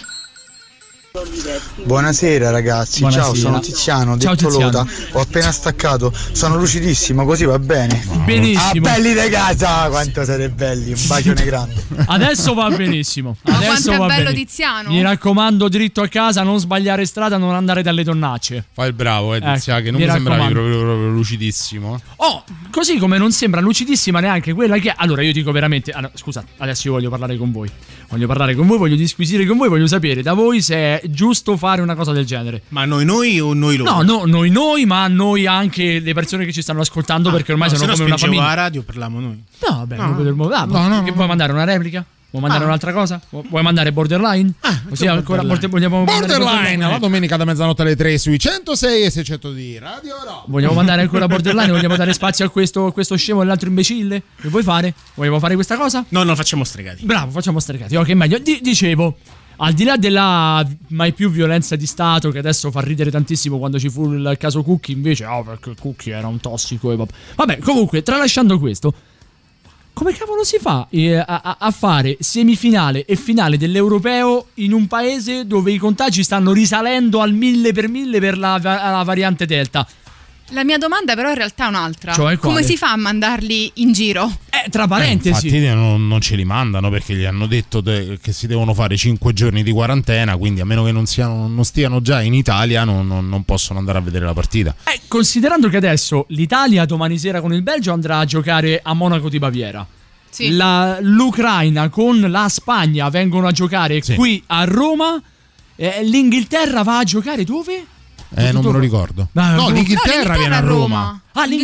Buonasera ragazzi. Buonasera. Ciao, sono Tiziano, Ciao, detto Tiziano. Loda. Ho appena staccato, sono lucidissimo, così va bene. Benissimo. Ah, belli di casa, quanto siete belli, un bacione grande. Adesso va benissimo. Ma Adesso quanto va è bello bene. Tiziano. Mi raccomando, dritto a casa, non sbagliare strada, non andare dalle donnacce. Fai il bravo, Tiziano, che non mi mi sembravi raccomando. proprio lucidissimo. Oh, così come non sembra lucidissima neanche quella che... Allora, io dico veramente... Scusate, adesso io voglio parlare con voi. Voglio disquisire con voi, voglio sapere da voi se è giusto fare una cosa del genere. Ma noi o noi loro? No, noi, ma noi anche le persone che ci stanno ascoltando, perché ormai sono come una famiglia. la radio, parliamo noi. No, vabbè, che vuoi mandare una replica? Vuoi mandare un'altra cosa? Vuoi mandare Borderline? Così ancora vogliamo Borderline, la domenica da mezzanotte alle 3 sui 106 e 600 di Radio Rock. Vogliamo mandare ancora Borderline? Vogliamo dare spazio a questo scemo e l'altro imbecille? Che vuoi fare? Vogliamo fare questa cosa? No, non facciamo stregati. Bravo, facciamo stregati. Ok, meglio. Dicevo, al di là della mai più violenza di Stato, che adesso fa ridere tantissimo quando ci fu il caso Cucchi, invece, perché Cucchi era un tossico e vabbè, comunque, tralasciando questo, come cavolo si fa a fare semifinale e finale dell'Europeo in un paese dove i contagi stanno risalendo al 1000 per la variante Delta? La mia domanda però in realtà è un'altra. Cioè, come si fa a mandarli in giro? Tra parentesi. Infatti non ce li mandano perché gli hanno detto che si devono fare 5 giorni di quarantena, quindi a meno che non stiano già in Italia non possono andare a vedere la partita. Considerando che adesso l'Italia domani sera con il Belgio andrà a giocare a Monaco di Baviera. Sì. L'Ucraina con la Spagna vengono a giocare qui a Roma. L'Inghilterra va a giocare dove? Non me lo ricordo. No, l'Inghilterra viene a Roma.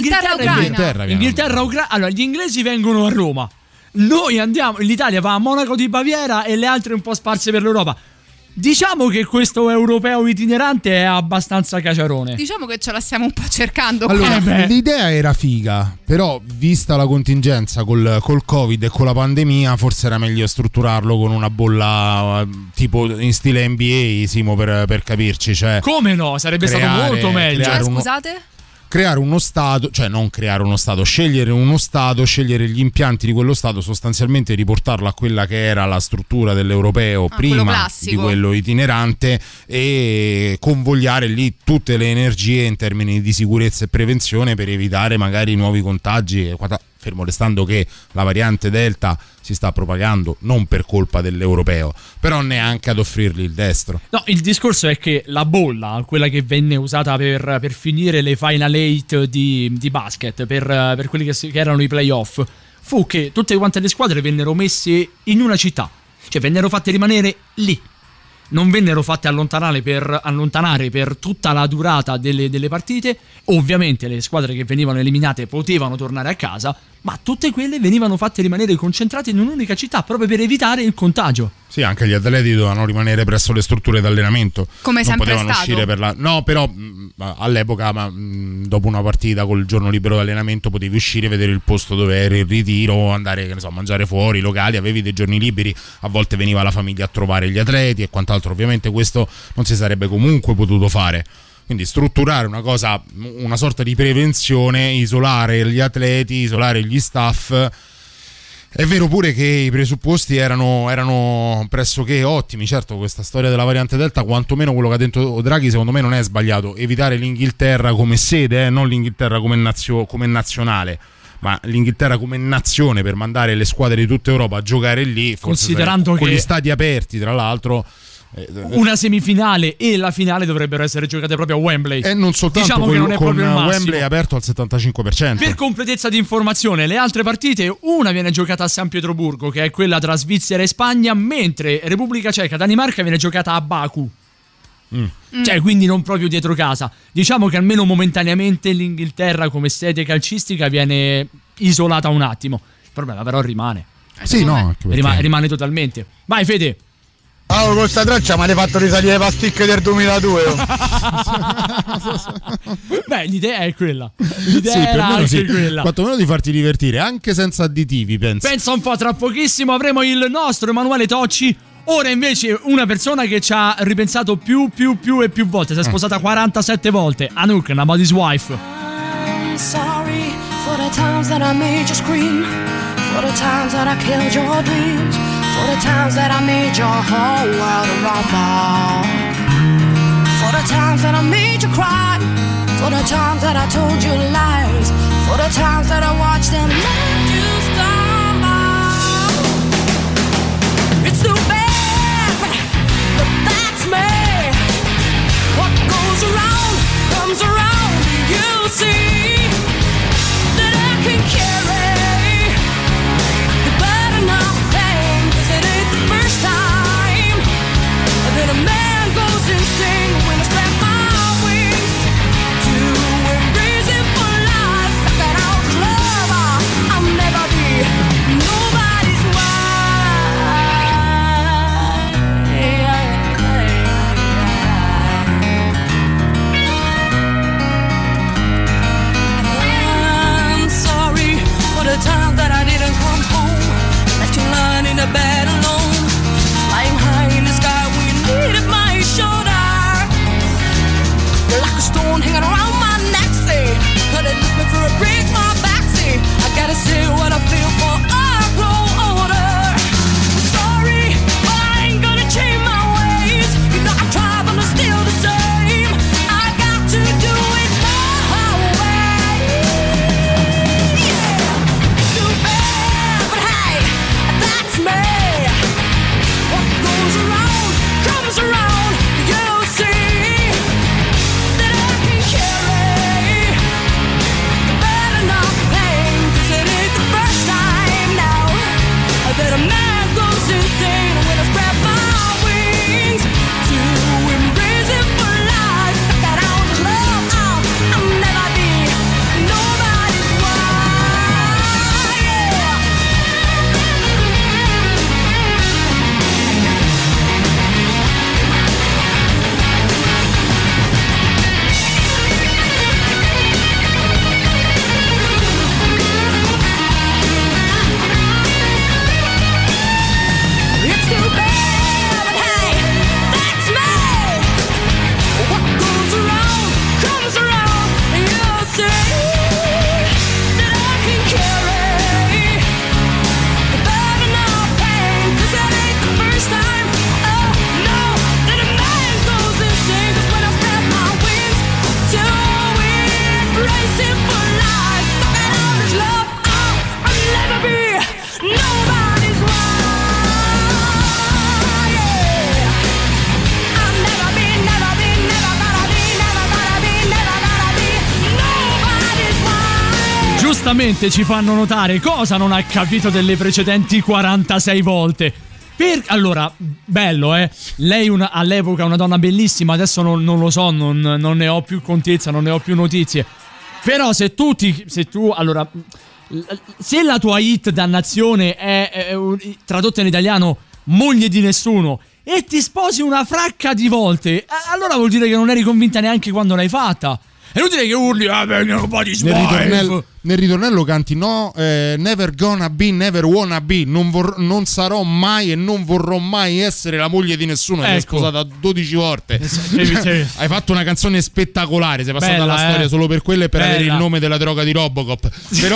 Inghilterra-Ucraina. Allora, gli inglesi vengono a Roma. Noi andiamo, l'Italia va a Monaco di Baviera e le altre un po' sparse per l'Europa. Diciamo che questo europeo itinerante è abbastanza caciarone. Diciamo che ce la stiamo un po' cercando. Allora, l'idea era figa, però vista la contingenza col Covid e con la pandemia, forse era meglio strutturarlo con una bolla tipo in stile NBA, Simo, per capirci. Cioè, come no? Sarebbe stato molto meglio. Scusate? Creare uno stato, cioè non creare uno stato, scegliere uno stato, scegliere gli impianti di quello stato, sostanzialmente riportarlo a quella che era la struttura dell'europeo prima di quello itinerante e convogliare lì tutte le energie in termini di sicurezza e prevenzione per evitare magari nuovi contagi. fermo restando che la variante Delta si sta propagando non per colpa dell'europeo, però neanche ad offrirgli il destro. No, il discorso è che la bolla, quella che venne usata per finire le Final 8 di basket, per quelli che erano i playoff, fu che tutte quante le squadre vennero messe in una città, cioè vennero fatte rimanere lì. Non vennero fatte allontanare per tutta la durata delle partite. Ovviamente le squadre che venivano eliminate potevano tornare a casa, ma tutte quelle venivano fatte rimanere concentrate in un'unica città proprio per evitare il contagio. Sì, anche gli atleti dovevano rimanere presso le strutture d'allenamento. Come non sempre potevano stato. uscire no, però all'epoca dopo una partita col giorno libero d'allenamento potevi uscire, vedere il posto dove eri il ritiro, andare, che ne so, a mangiare fuori, locali, avevi dei giorni liberi, a volte veniva la famiglia a trovare gli atleti e quant'altro. Ovviamente questo non si sarebbe comunque potuto fare. Quindi strutturare una sorta di prevenzione, isolare gli atleti, isolare gli staff. È vero pure che i presupposti erano pressoché ottimi. Certo, questa storia della variante Delta, quantomeno quello che ha detto Draghi, secondo me non è sbagliato. Evitare l'Inghilterra come sede, non l'Inghilterra come nazionale, ma l'Inghilterra come nazione, per mandare le squadre di tutta Europa a giocare lì, considerando con che gli stadi aperti, tra l'altro. Una semifinale e la finale dovrebbero essere giocate proprio a Wembley. E non soltanto, diciamo che non è con proprio il massimo. Wembley aperto al 75%. Per completezza di informazione, le altre partite, una viene giocata a San Pietroburgo, che è quella tra Svizzera e Spagna, mentre Repubblica Ceca Danimarca viene giocata a Baku. Cioè, quindi non proprio dietro casa. Diciamo che almeno momentaneamente l'Inghilterra come sede calcistica viene isolata un attimo. Il problema però rimane. Sì, no, rimane totalmente. Vai Fede. Oh, con sta traccia mi hai fatto risalire le pasticche del 2002. Beh, l'idea è quella. L'idea sì, era anche sì. quella. Quantomeno di farti divertire, anche senza additivi, pensa un po', tra pochissimo avremo il nostro Emanuele Tocci. Ora invece una persona che ci ha ripensato più e più volte. Si è sposata 47 volte. Anouk, Nobody's Wife. I'm sorry for the times that I made you scream, for the times that I killed your dreams, for the times that I made your whole world a rumble, for the times that I made you cry, for the times that I told you lies, for the times that I watched them let you stumble. It's too bad, but that's me. What goes around comes around. You see that I can carry the burden of pain, 'cause it ain't the first time that a man goes insane when I spread my wings to a reason for life. Suck it out, love, I'll never be giustamente ci fanno notare cosa non ha capito delle precedenti 46 volte. Allora, bello, lei all'epoca una donna bellissima, adesso non lo so, non ne ho più contezza, non ne ho più notizie. Però se la tua hit dannazione è tradotta in italiano moglie di nessuno e ti sposi una fracca di volte, allora vuol dire che non eri convinta neanche quando l'hai fatta. È inutile che urli nel ritornello canti never gonna be, never wanna be, non sarò mai e non vorrò mai essere la moglie di nessuno. Ti sei sposata 12 volte. Hai fatto una canzone spettacolare, sei passata alla storia solo per quello e per avere il nome della droga di Robocop. Però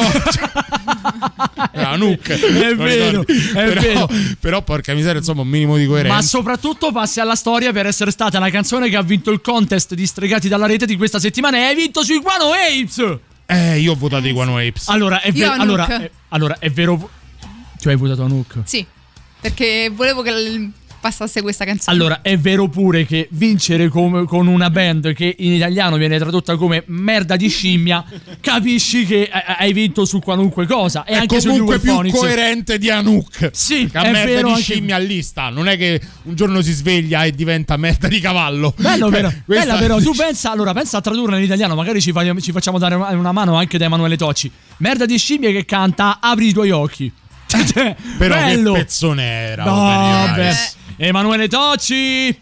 Anouk, è vero. Però porca miseria, insomma, un minimo di coerenza. Ma soprattutto passi alla storia per essere stata la canzone che ha vinto il contest di Stregati dalla Rete di questa settimana e hai vinto sui Guano Apes. Io ho votato i Guano Apes. Allora, è vero. Allora, è vero. Tu hai votato Anouk? Sì, perché volevo che passasse questa canzone. Allora, è vero pure che vincere con una band che in italiano viene tradotta come merda di scimmia, capisci che hai vinto su qualunque cosa. E anche comunque più coerente di Anouk. Sì, che è merda vero, di scimmia lì sta. Non è che un giorno si sveglia e diventa merda di cavallo. Bello, bella però. Tu pensa a tradurla in italiano. Magari ci facciamo dare una mano anche da Emanuele Tocci. Merda di scimmia che canta Apri i tuoi occhi. Però bello. Che pezzone era. No, vabbè. Emanuele Tocci.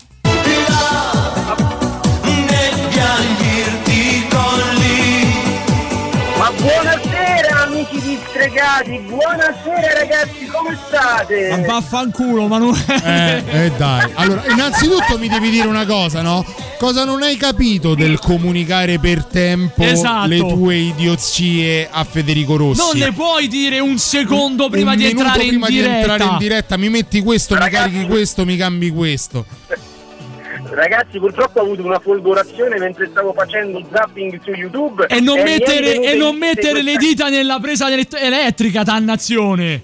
Ma buonasera amici di Stregati, buonasera ragazzi, come state? Ma vaffanculo Emanuele. Dai. Allora, innanzitutto mi devi dire una cosa, no? Cosa non hai capito del comunicare per tempo le tue idiozie a Federico Rossi? Non le puoi dire un secondo prima di entrare in diretta. Mi metti questo, ragazzi, mi carichi questo, mi cambi questo. Ragazzi, purtroppo ho avuto una folgorazione mentre stavo facendo zapping su YouTube. E non mettere le dita nella presa elettrica, dannazione.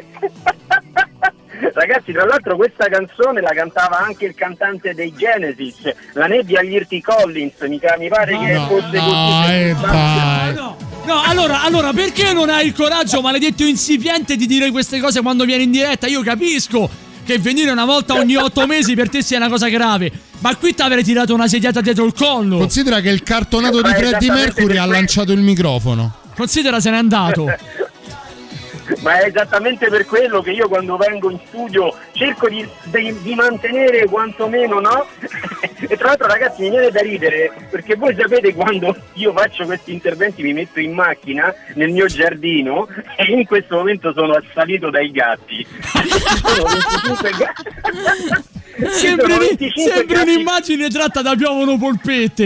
Ragazzi, tra l'altro questa canzone la cantava anche il cantante dei Genesis, La nebbia agli Irti Collins, mi pare che fosse così. No, allora perché non hai il coraggio, maledetto insipiente, di dire queste cose quando vieni in diretta? Io capisco che venire una volta ogni 8 mesi per te sia una cosa grave, ma qui ti avrei tirato una sediata dietro il collo. Considera che il cartonato di Freddie Mercury ha lanciato il microfono. Considera se n'è andato. Ma è esattamente per quello che io quando vengo in studio cerco di mantenere quantomeno, no? E tra l'altro ragazzi mi viene da ridere perché voi sapete quando io faccio questi interventi mi metto in macchina nel mio giardino e in questo momento sono assalito dai gatti. Sono 25 gatti. Sembra un'immagine tratta da Piovono polpette.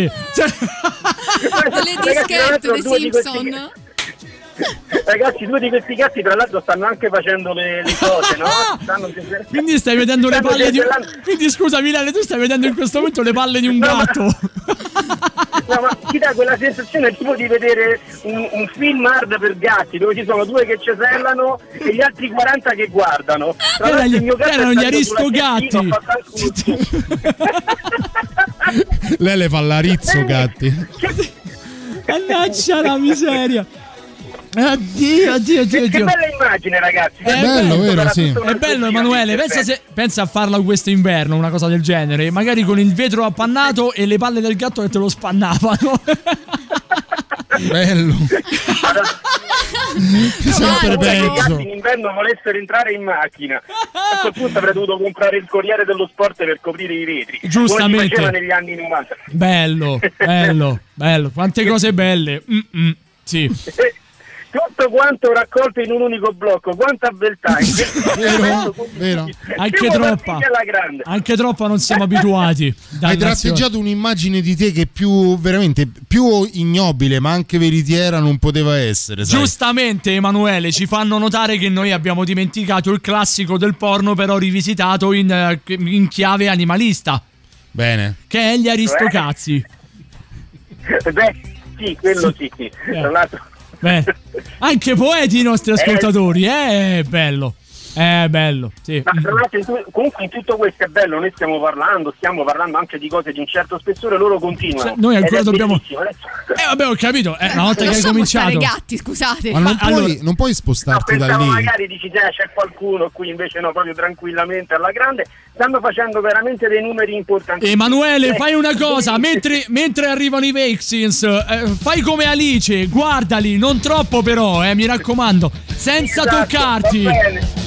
Le dischette dei Simpson. Ragazzi, due di questi gatti tra l'altro stanno anche facendo le cose, no? Quindi stai vedendo le palle di Quindi scusa Milene, tu stai vedendo in questo momento le palle di un gatto. No, ma ti dà quella sensazione tipo di vedere un film hard per gatti dove ci sono due che cesellano e gli altri 40 che guardano. Erano gli aristogatti. Lei le fa l'arizzo gatti. Mannaggia la miseria. Oddio. Che bella immagine, ragazzi. È bello, vero? Sì. È bello, Emanuele. Pensa a farla questo inverno, una cosa del genere. Magari con il vetro appannato e le palle del gatto che te lo spannavano. Bello. Sempre peggio. Se i gatti in inverno volessero entrare in macchina, a quel punto avrei dovuto comprare il Corriere dello Sport per coprire i vetri. Giustamente. Come si faceva negli anni 90. Bello. Quante cose belle. Sì. Tutto quanto raccolto in un unico blocco, quanta beltà. Vero. Anche troppa non siamo abituati. Hai tratteggiato un'immagine di te che più ignobile ma anche veritiera non poteva essere, sai? Giustamente Emanuele, ci fanno notare che noi abbiamo dimenticato il classico del porno però rivisitato in chiave animalista. Bene. Che è gli aristocazzi. Beh, sì, quello sì. Tra l'altro anche poeti i nostri ascoltatori, bello. bello, sì. Ma tra l'altro comunque in tutto questo è bello, noi stiamo parlando anche di cose di un certo spessore, loro continuano. Noi ancora dobbiamo vabbè, ho capito, una volta che hai cominciato gatti, scusate. Ma non puoi spostarti da lì. Magari dici c'è qualcuno qui, invece no, proprio tranquillamente alla grande. Stanno facendo veramente dei numeri importanti. Emanuele, fai una cosa, mentre arrivano i Vexins, fai come Alice, guardali, non troppo però, mi raccomando, senza toccarti. Va bene.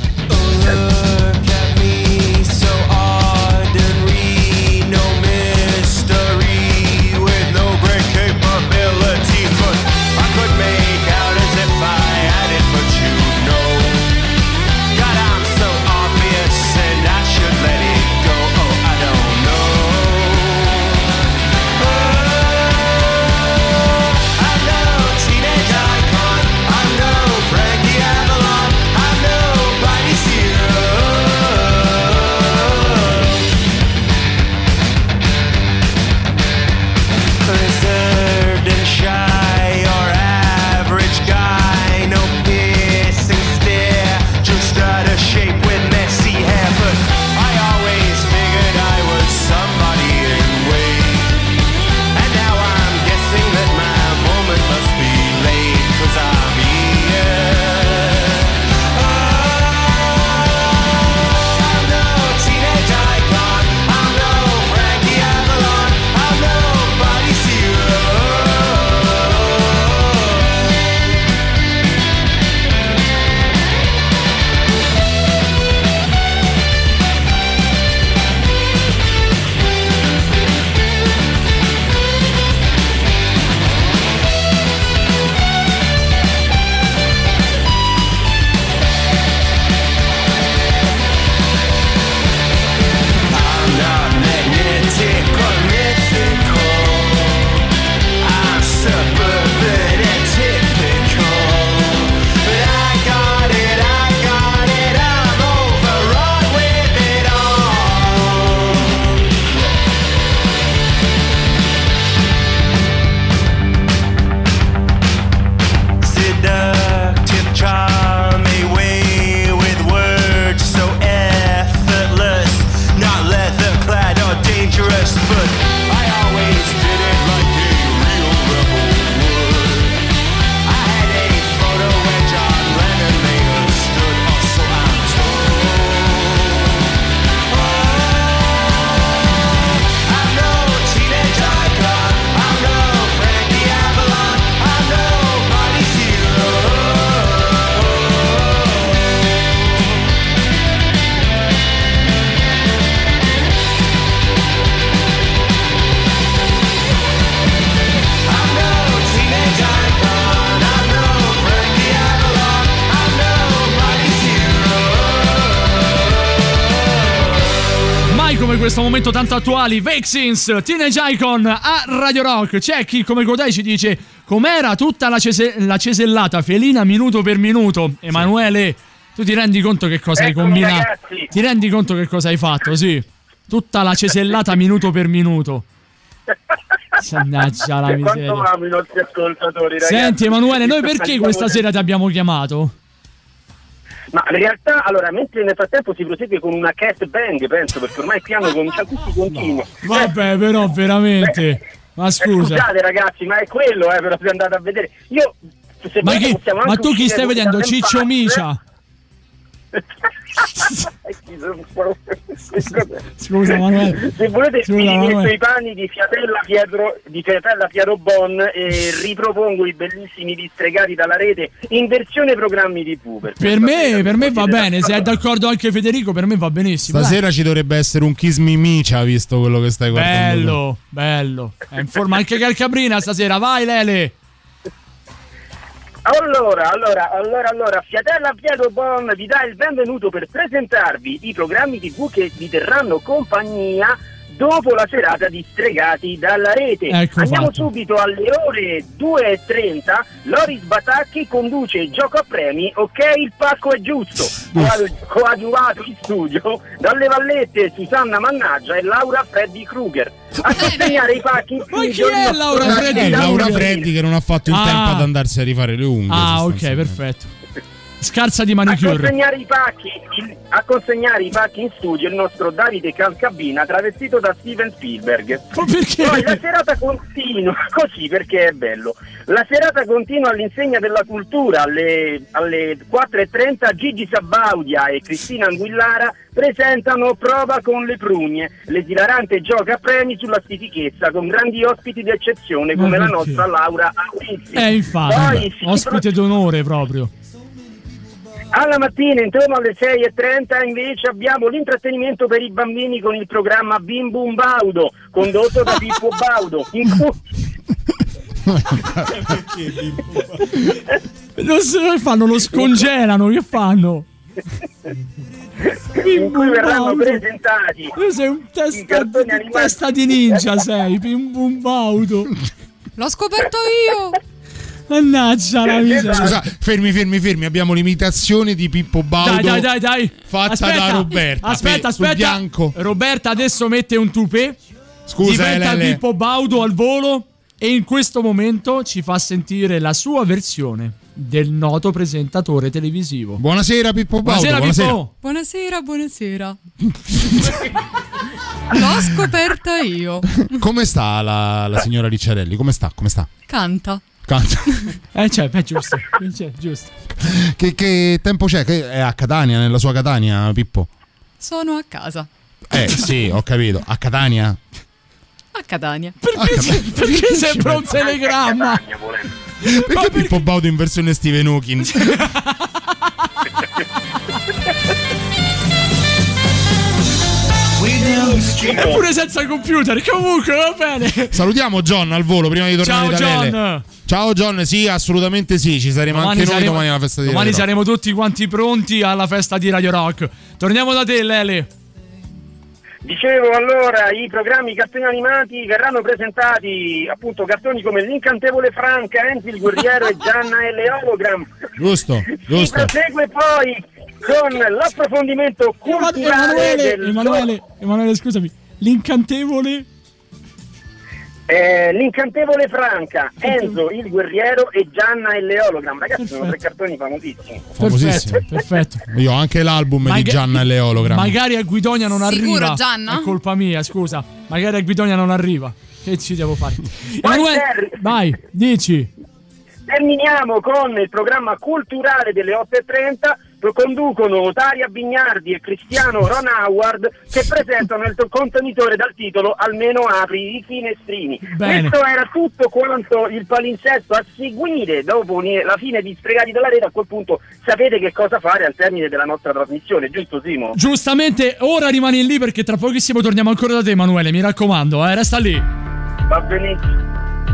Questo momento tanto attuali, Vexins, Teenage Icon a Radio Rock. C'è chi come Godei ci dice com'era tutta la cesellata felina minuto per minuto. Emanuele, tu ti rendi conto che cosa hai combinato? Ragazzi. Ti rendi conto che cosa hai fatto? Sì, tutta la cesellata minuto per minuto. Mannaggia la miseria. Quanto amo i nostri ascoltatori, ragazzi. Senti Emanuele, noi perché questa sera ti abbiamo chiamato? Ma in realtà, allora, mentre nel frattempo si prosegue con una cat bang, penso, perché ormai qui hanno cominciato tutti continui. Vabbè, però veramente. Ma scusa. Scusate ragazzi, ma è quello, però se andate a vedere. Io ma tu chi stai vedendo? Ciccio Micia? Scusa Manuele, se volete vi metto i panni di Fiatella Piero Bon e ripropongo i bellissimi Distregati dalla rete in versione programmi TV. Per me va bene, se è d'accordo anche Federico, per me va benissimo. Stasera ci dovrebbe essere un Kiss Me Micia, visto quello che stai guardando. Bello. È in forma anche Calcabrina stasera, vai Lele. Allora, Fiatella Piero Bon vi dà il benvenuto per presentarvi i programmi TV che vi terranno compagnia dopo la serata di Stregati dalla rete. Andiamo subito alle ore 2:30. Loris Batacchi conduce Gioco a premi, ok, il pacco è giusto. Coadiuvato in studio dalle Vallette Susanna Mannaggia e Laura Freddy Kruger. A consegnare i pacchi. Ma chi è Laura Freddy? Laura Freddy che non ha fatto in tempo ad andarsi a rifare le unghie. Ok, perfetto. Scarsa di manicure. A consegnare i pacchi in studio il nostro Davide Calcabina travestito da Steven Spielberg. Ma perché? Poi la serata continua così perché è bello. La serata continua all'insegna della cultura. Alle 4:30 Gigi Sabaudia e Cristina Anguillara presentano Prova con le prugne, l'esilarante gioca a premi sulla stitichezza con grandi ospiti d'eccezione come la nostra Laura Aurizzi. Infatti, ospite d'onore proprio. Alla mattina intorno alle 6:30 invece abbiamo l'intrattenimento per i bambini con il programma Bim Bum Baudo condotto da Pippo Baudo non se fanno, lo scongelano, che fanno? In cui verranno presentati. Sei un testa di ninja, sei Bim Bum Baudo. L'ho scoperto io. Mannaggia la miseria. Scusa, fermi, abbiamo l'imitazione di Pippo Baudo. Dai. Fatta da Roberta. Aspetta. Bianco. Roberta adesso mette un tupè. Scusa, diventa Pippo Baudo al volo e in questo momento ci fa sentire la sua versione del noto presentatore televisivo. Buonasera Pippo Baudo. Buonasera. Buonasera. L'ho scoperta io. Come sta la signora Ricciarelli? Come sta? Canta. Giusto. Che tempo c'è? Che è a Catania, nella sua Catania, Pippo? Sono a casa. Sì, ho capito. A Catania? A Catania. Perché sembra un telegramma? Perché Pippo Baudo in versione Stephen Hawking? Eppure senza computer. Comunque va bene. Salutiamo John al volo prima di tornare da Lele. Ciao John, sì, assolutamente sì, ci saremo anche noi domani alla festa di Radio Rock. Domani saremo tutti quanti pronti alla festa di Radio Rock. Torniamo da te, Lele. Dicevo, allora, i programmi cartoni animati verranno presentati, appunto, cartoni come L'Incantevole Franca, Enzi il Guerriero e Gianna e le Hologram. Giusto. Si prosegue poi con l'approfondimento culturale Emanuele, scusami. L'Incantevole Franca, Enzo il Guerriero e Gianna e le Hologram. Ragazzi, sono 3 cartoni famosissimi. Perfetto. Io ho anche l'album di Gianna e le Hologram. Magari a Guidonia non Sicuro, arriva. Gianna? È colpa mia, scusa. Magari a Guidonia non arriva. Che ci devo fare? Emanuele, vai, dici. Terminiamo con il programma culturale delle 8:30. Conducono Daria Bignardi e Cristiano Ron Howard che presentano il contenitore dal titolo Almeno apri i finestrini. Bene. Questo era tutto quanto il palinsesto a seguire dopo la fine di Stregati dalla Rete. A quel punto sapete che cosa fare al termine della nostra trasmissione, giusto Simo? Giustamente, ora rimani lì perché tra pochissimo torniamo ancora da te, Emanuele, mi raccomando, resta lì. Va benissimo.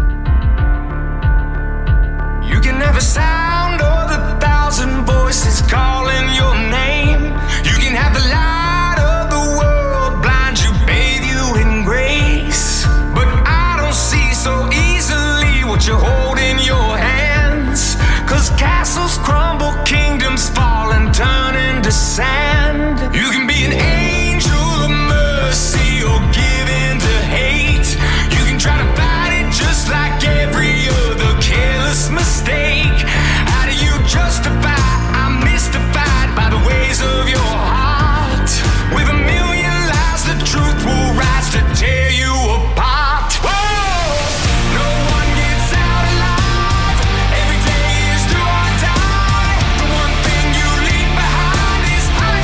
You can have a sound of 1,000 voices calling your name. You can have the light of the world blind you, bathe you in grace. But I don't see so easily what you hold in your hands. 'Cause castles crumble, kingdoms fall and turn into sand. You can be an angel of mercy or give in to hate. You can try to fight it just like every other careless mistake. How do you justify? I'm mystified by the ways of your heart. With a million lies, the truth will rise to tear you apart. Whoa! No one gets out alive. Every day is do or die. The one thing you leave behind is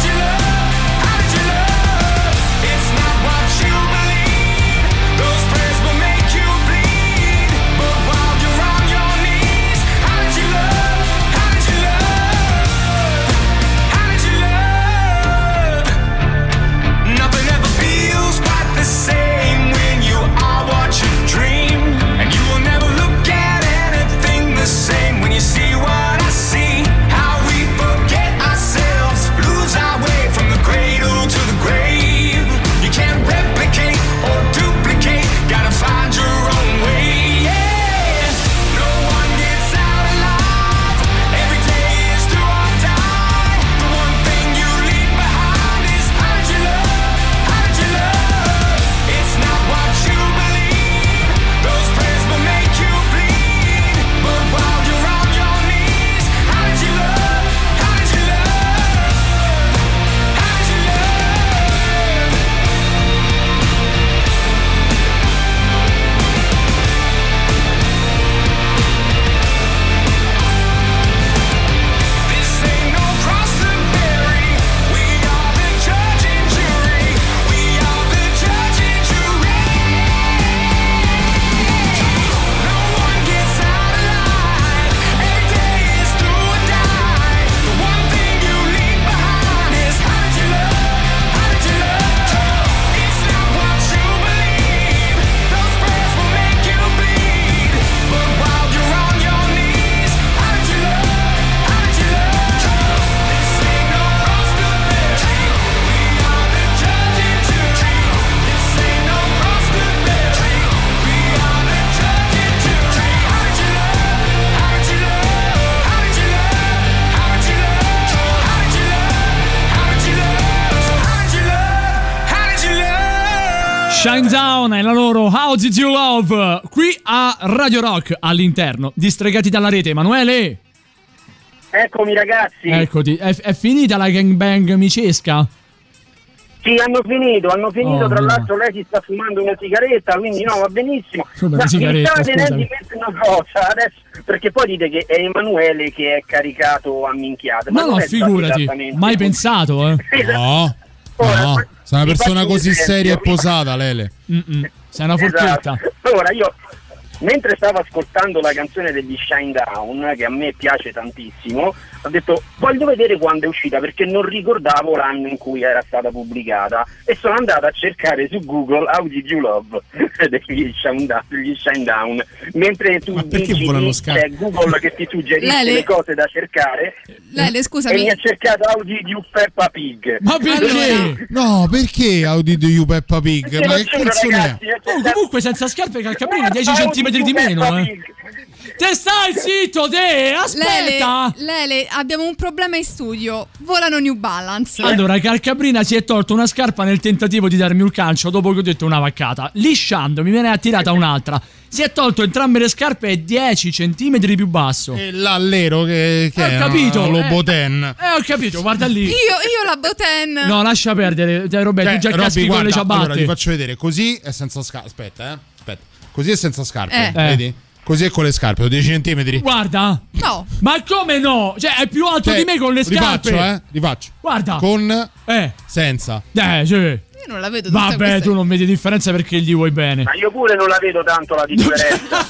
Shinedown e la loro How Did You Love qui a Radio Rock all'interno di Stregati dalla Rete. Emanuele, eccomi ragazzi. Eccoti, è finita la gangbang micesca? Sì, hanno finito, tra l'altro lei si sta fumando una sigaretta, quindi no, va benissimo. Una sigaretta, mi state di mettere una cosa adesso, perché poi dite che è Emanuele che è caricato a minchiate. No, figurati, mai pensato, No, sei una persona così seria e posata, Lele. Sei una forchetta. Esatto. Ora io, mentre stavo ascoltando la canzone degli Shinedown, che a me piace tantissimo, ho detto voglio vedere quando è uscita, perché non ricordavo l'anno in cui era stata pubblicata, e sono andato a cercare su Google How Did You Love degli Shinedown, mentre tu dici c'è Google che ti suggerisce le cose da cercare. Lele, scusami, e mi ha cercato How Did You Peppa Pig. Ma perché? No, perché How Did You Peppa Pig? Perché ma che cazzo è? Comunque senza scarpe Calcabrina 10 centimetri di meno, Te stai zitto, te! Aspetta! Lele, abbiamo un problema in studio. Volano New Balance. Allora, Calcabrina si è tolto una scarpa nel tentativo di darmi un calcio dopo che ho detto una vaccata. Lisciando, mi viene attirata un'altra. Si è tolto entrambe le scarpe e 10 centimetri più basso. E l'allero che ho capito, lo Boten. Ho capito, guarda lì. Io la Boten. No, lascia perdere, Roberto, tu già caschi con le ciabatte. Allora, ti faccio vedere, così è senza scarpe. Aspetta. Così è senza scarpe, vedi? Così è con le scarpe, 10 centimetri. Guarda. No. Ma come no? Cioè, è più alto di me con le scarpe. Rifaccio. Guarda. Con senza. Sì. Io non la vedo. Vabbè, tu non vedi differenza perché gli vuoi bene. Ma io pure non la vedo tanto la differenza.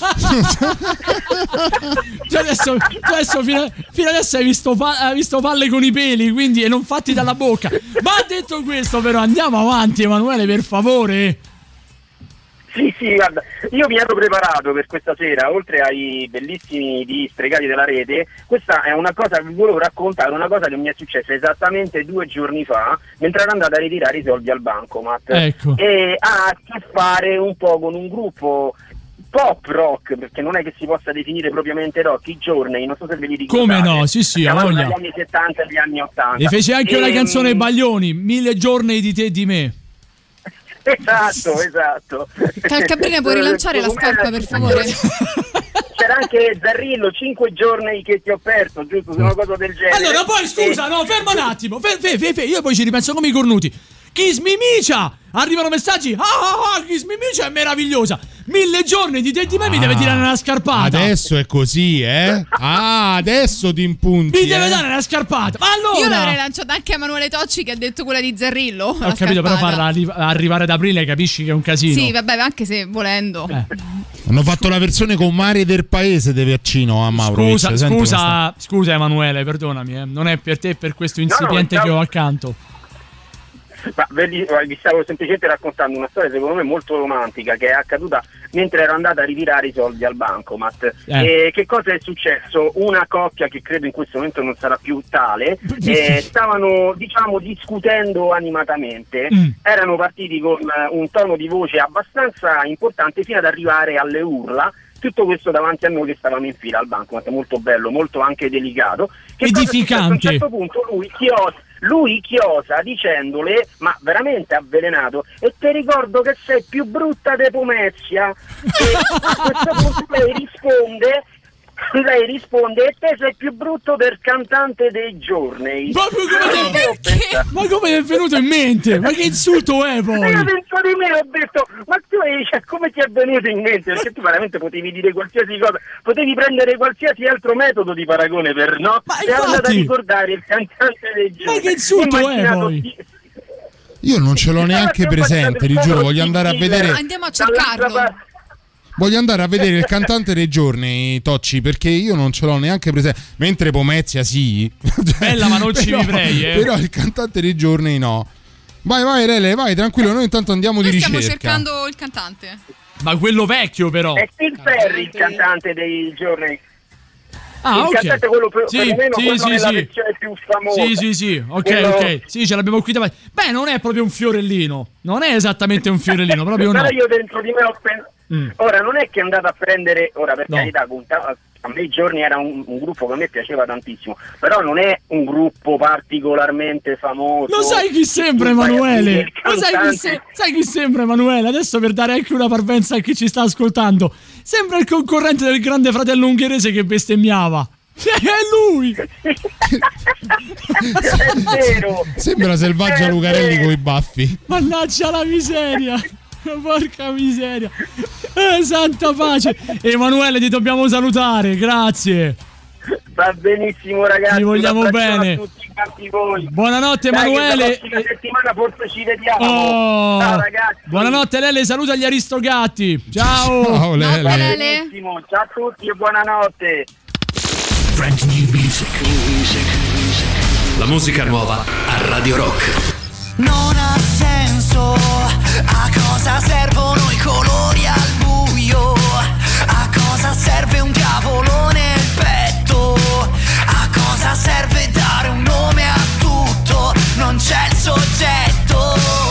adesso fino adesso hai visto palle con i peli, quindi, e non fatti dalla bocca. Ma detto questo, però, andiamo avanti, Emanuele, per favore. Sì, guarda, io mi ero preparato per questa sera, oltre ai bellissimi di Stregati della Rete. Questa è una cosa che vi volevo raccontare, una cosa che mi è successa esattamente 2 giorni fa, mentre ero andato a ritirare i soldi al bancomat. Ecco. E ha a che fare un po' con un gruppo pop rock, perché non è che si possa definire propriamente rock, i Journey, non so se ve li ricordate. Come no, sì, a voglia. Negli anni 70 e gli anni 80. E fece anche una canzone Baglioni, 1000 giorni di te e di me. Esatto. Calcabrina, puoi rilanciare la scarpa, per favore? C'era anche Zarrillo, 5 giorni che ti ho perso, giusto? Una cosa del genere. Allora, poi scusa, no, ferma un attimo. Io poi ci ripenso come i cornuti. Kiss Me Micia! Arrivano messaggi. Kiss Me Micia è meravigliosa. 1000 giorni di te e di me mi deve tirare una scarpata. Adesso è così, adesso ti impunti. Mi deve dare una scarpata. Ma allora io l'avrei lanciata anche a Emanuele Tocci, che ha detto quella di Zarrillo. Ho capito, però farla arrivare ad aprile capisci che è un casino. Sì, vabbè, anche se volendo. Hanno fatto la versione con Mare del Paese de Vaccino a Mauro. Scusa Emanuele, perdonami, non è per te, per questo insipiente che ho accanto. Ma vi stavo semplicemente raccontando una storia secondo me molto romantica che è accaduta mentre ero andato a ritirare i soldi al bancomat. E che cosa è successo? Una coppia che credo in questo momento non sarà più tale, stavano discutendo animatamente, erano partiti con un tono di voce abbastanza importante fino ad arrivare alle urla. Tutto questo davanti a noi che stavamo in fila al bancomat, molto bello, molto anche delicato. Edificante. A un certo punto lui chiosa dicendole, ma veramente avvelenato, e ti ricordo che sei più brutta de Pomezia. E a questo punto lei risponde e te sei più brutto del cantante dei Journey. Ma come ti è venuto in mente? Ma che insulto è poi? Io dentro di me ho detto, ma tu come ti è venuto in mente? Perché tu veramente potevi dire qualsiasi cosa, potevi prendere qualsiasi altro metodo di paragone per no? Ma e andare a ricordare il cantante dei Journey. Ma che insulto è poi? Io non ce l'ho neanche presente, ti giuro, voglio andare a vedere. Andiamo a cercarlo. Voglio andare a vedere il cantante dei giorni, Tocci, perché io non ce l'ho neanche presente. Mentre Pomezia sì. Bella, ma non ci vivrei, Però il cantante dei giorni no. Vai, Rele, vai, tranquillo, noi intanto andiamo di ricerca. Stiamo cercando il cantante. Ma quello vecchio, però. È Steve Perry il cantante dei giorni. Il cantante quello perlomeno la versione più famosa. Sì, ok. Sì, ce l'abbiamo qui davanti. Beh, non è proprio un fiorellino. Non è esattamente un fiorellino, proprio no. Però io dentro di me ho pensato. Ora non è che è andato a prendere, ora per carità, me i Giorni era un gruppo che a me piaceva tantissimo, però non è un gruppo particolarmente famoso. Lo sai chi sembra, Emanuele? Sai chi sembra, Emanuele? Adesso per dare anche una parvenza a chi ci sta ascoltando, sembra il concorrente del Grande Fratello ungherese che bestemmiava. È lui! È vero! Sembra Selvaggia Lucarelli con i baffi. Mannaggia la miseria! Porca miseria! Santa pace! Emanuele, ti dobbiamo salutare, grazie! Va benissimo, ragazzi. Ti vogliamo bene. A tutti quanti voi. Buonanotte, Emanuele. La prossima settimana forse ci vediamo. Ciao, ragazzi. Buonanotte, Lele. Saluta gli Aristogatti. Ciao. Ciao, Lele. Va benissimo. Ciao a tutti e buonanotte. Brand new music. La musica nuova a Radio Rock. Non ha senso, a cosa servono i colori al buio? A cosa serve un diavolo nel petto? A cosa serve dare un nome a tutto? Non c'è il soggetto.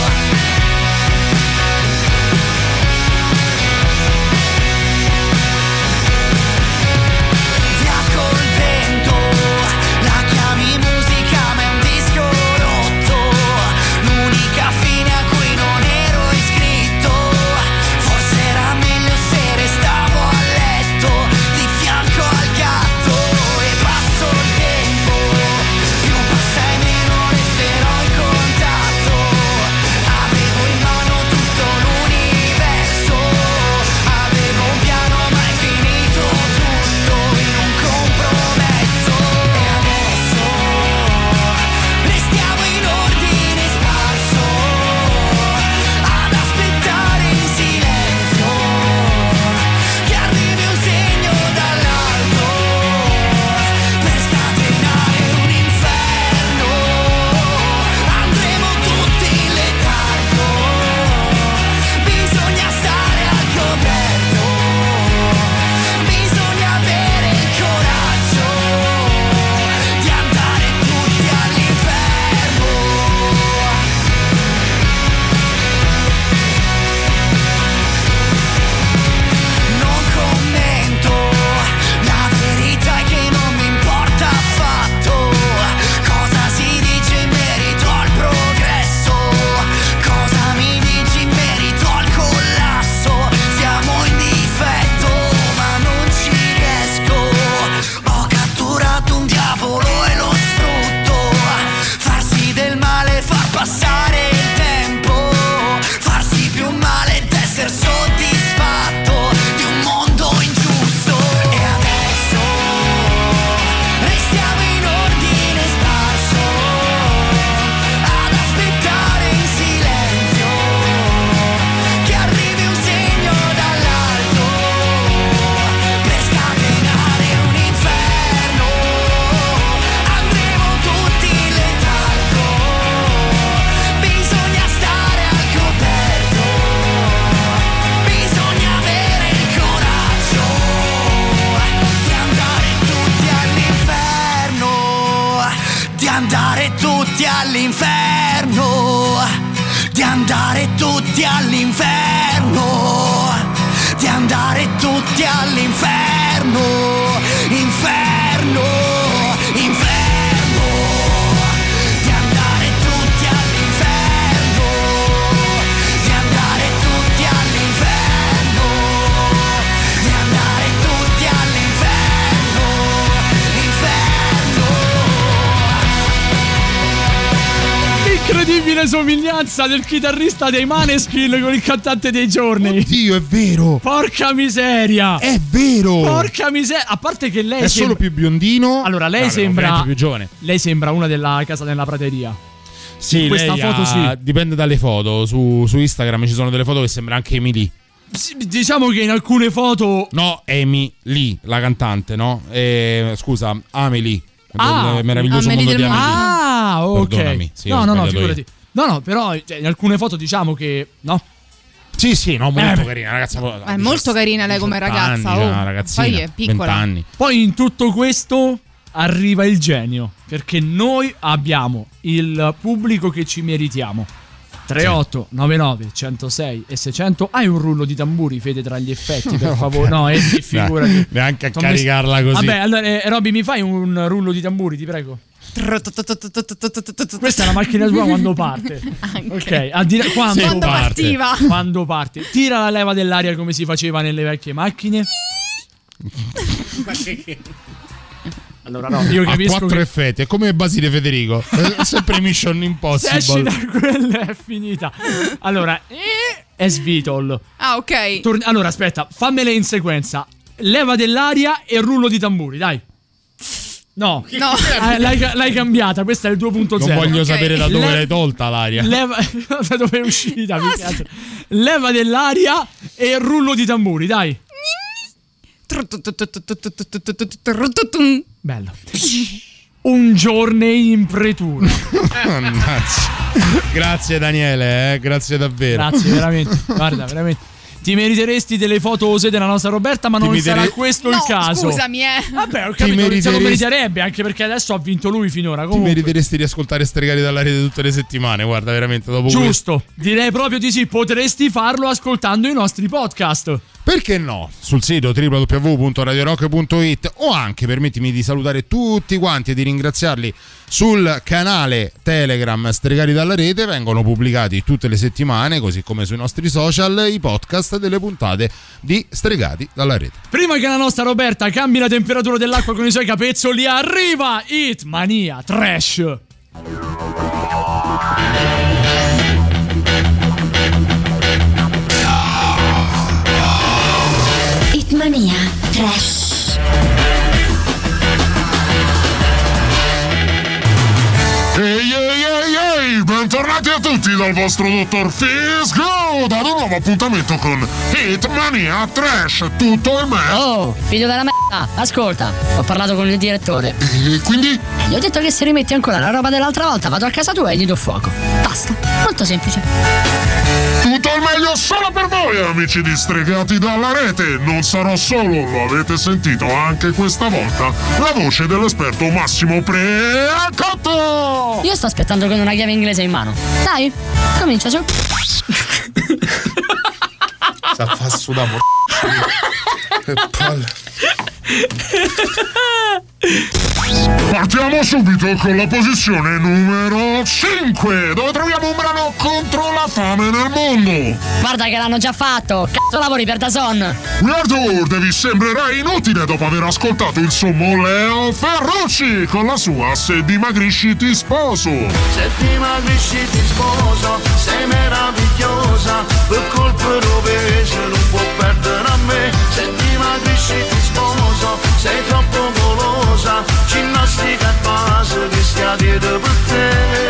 Somiglianza del chitarrista dei Maneskin con il cantante dei Giorni. Oddio, è vero. Porca miseria. È vero. Porca miseria. A parte che lei è solo più biondino. Allora, lei sembra più giovane. Lei sembra una della casa nella prateria. Sì, questa lei foto sì. Dipende dalle foto. Su Instagram ci sono delle foto che sembra anche Emily. Sì, diciamo che in alcune foto. No, Emily, la cantante, no? Scusa, Amelie. Del meraviglioso mondo di Amelie. Ah, ok. Perdonami. Sì, no, figurati. No, però in alcune foto diciamo che no. Sì, no, molto carina, ragazza. È molto carina lei come ragazza. Una ragazzina, poi è piccola. 20 anni. Poi in tutto questo arriva il genio, perché noi abbiamo il pubblico che ci meritiamo. 38 99 106 e 600. Hai un rullo di tamburi, Fede, tra gli effetti, per favore? No, figurati. Neanche a caricarla così. Vabbè, allora Robby, mi fai un rullo di tamburi, ti prego? Questa è la macchina tua quando parte. Ok, quando partiva. Quando parte. Tira la leva dell'aria come si faceva nelle vecchie macchine. Allora no, io capisco ha 4 effetti, è come Basile Federico. È sempre Mission Impossible. Se esci da quella è finita. Allora, è Svitol. Ah, ok. Allora, aspetta, fammele in sequenza. Leva dell'aria e rullo di tamburi, dai. No. L'hai cambiata, questa è il 2.0. Non voglio sapere da dove l'hai tolta l'aria. Da dove è uscita. Leva dell'aria e rullo di tamburi, dai. Bello. Un giorno in pretura. Grazie Daniele, grazie davvero. Grazie veramente. Guarda, veramente. Ti meriteresti delle foto ose della nostra Roberta, ma non sarà questo il caso. Scusami, Vabbè, ho capito, se lo meriterebbe, anche perché adesso ha vinto lui finora. Comunque. Ti meriteresti di ascoltare Stregati dalla Rete tutte le settimane, guarda, veramente dopo Giusto, direi proprio di sì, potresti farlo ascoltando i nostri podcast. Perché no? Sul sito www.radiorock.it o anche, permettimi di salutare tutti quanti e di ringraziarli, sul canale Telegram Stregati dalla Rete vengono pubblicati tutte le settimane, così come sui nostri social, i podcast delle puntate di Stregati dalla Rete. Prima che la nostra Roberta cambi la temperatura dell'acqua con i suoi capezzoli, arriva Hitmania Trash. Hitmania Trash. Ehi, bentornati a tutti dal vostro dottor Fisgo ad un nuovo appuntamento con Hitmania Trash, tutto il me. Oh, figlio della merda, ascolta, ho parlato con il direttore. E quindi? Gli ho detto che se rimetti ancora la roba dell'altra volta vado a casa tua e gli do fuoco. Basta, molto semplice. Tutto il meglio solo per voi, amici di Stregati dalla Rete. Non sarò solo, lo avete sentito anche questa volta, la voce dell'esperto Massimo Preacotto. Io sto aspettando con una chiave inglese in mano. Dai, comincia su. Sa fa su da che palle. Partiamo subito con la posizione numero 5, dove troviamo un brano contro la fame nel mondo. Guarda che l'hanno già fatto, cazzo lavori per Dazon. Weird World vi sembrerà inutile dopo aver ascoltato il sommo Leo Ferrucci con la sua Se dimagrisci ti sposo. Se dimagrisci ti sposo, sei meravigliosa, per colpo rovescio non può perdere a me. Se dimagrisci ti sposo, sei troppo golosa, ginnastica e base che stia dietro per te.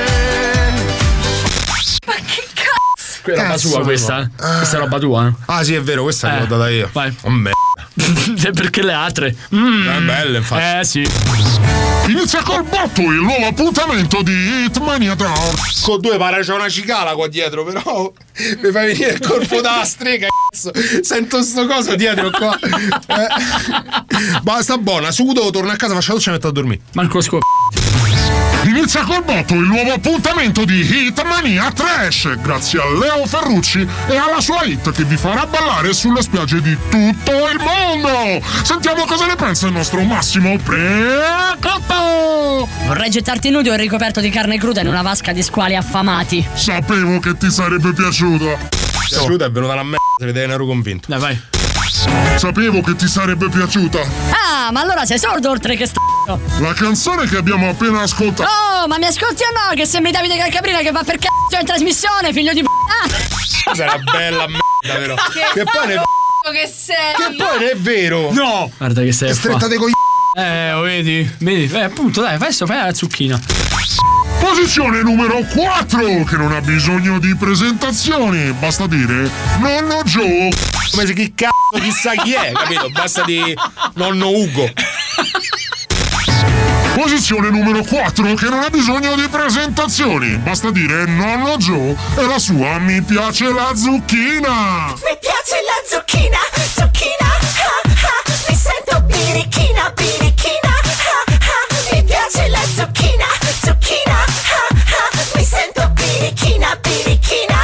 Ma che cazzo? Quella è roba sua questa? Questa è roba tua? Ah sì, è vero, questa l'ho data io. Vai. Oh merda. Perché le altre? È belle, infatti. Sì. Inizia col botto il nuovo appuntamento di Hitmania Trash. Con due para c'è una cicala qua dietro, però mi fai venire il colpo dalla strega, cazzo. Sento sto coso dietro qua. Basta buona, sudo, torno a casa, faccio la doccia e metto a dormire. Manco scop. Inizia col botto il nuovo appuntamento di Hitmania Trash, grazie a Leo Ferrucci e alla sua hit che vi farà ballare sulle spiagge di tutto il mondo. Sentiamo cosa ne pensa il nostro Massimo Preacotto. Vorrei gettarti nudo e ricoperto di carne cruda in una vasca di squali affamati. Sapevo che ti sarebbe piaciuta. Piaciuta, è venuta la merda, se vede, ne ero convinto. Dai, vai. Sapevo che ti sarebbe piaciuta. Ah, ma allora sei sordo oltre che La canzone che abbiamo appena ascoltato. Oh, ma mi ascolti o no? Che sembri Davide Calcabrina che va per cazzo in trasmissione, figlio di Questa è una bella merda, vero? Che poi ne che sei. Che poi non è vero. No. Guarda che sei stretta dei vedi? Appunto, dai, fai la zucchina. Posizione numero 4, che non ha bisogno di presentazioni, basta dire Nonno Joe. Come se chi cazzo chissà chi è, capito? Basta di Nonno Ugo. Posizione numero 4, che non ha bisogno di presentazioni, basta dire Nonno Joe e la sua Mi piace la zucchina. Mi piace la zucchina, zucchina, mi sento birichina, birichina, mi piace la zucchina, zucchina, mi sento birichina, birichina.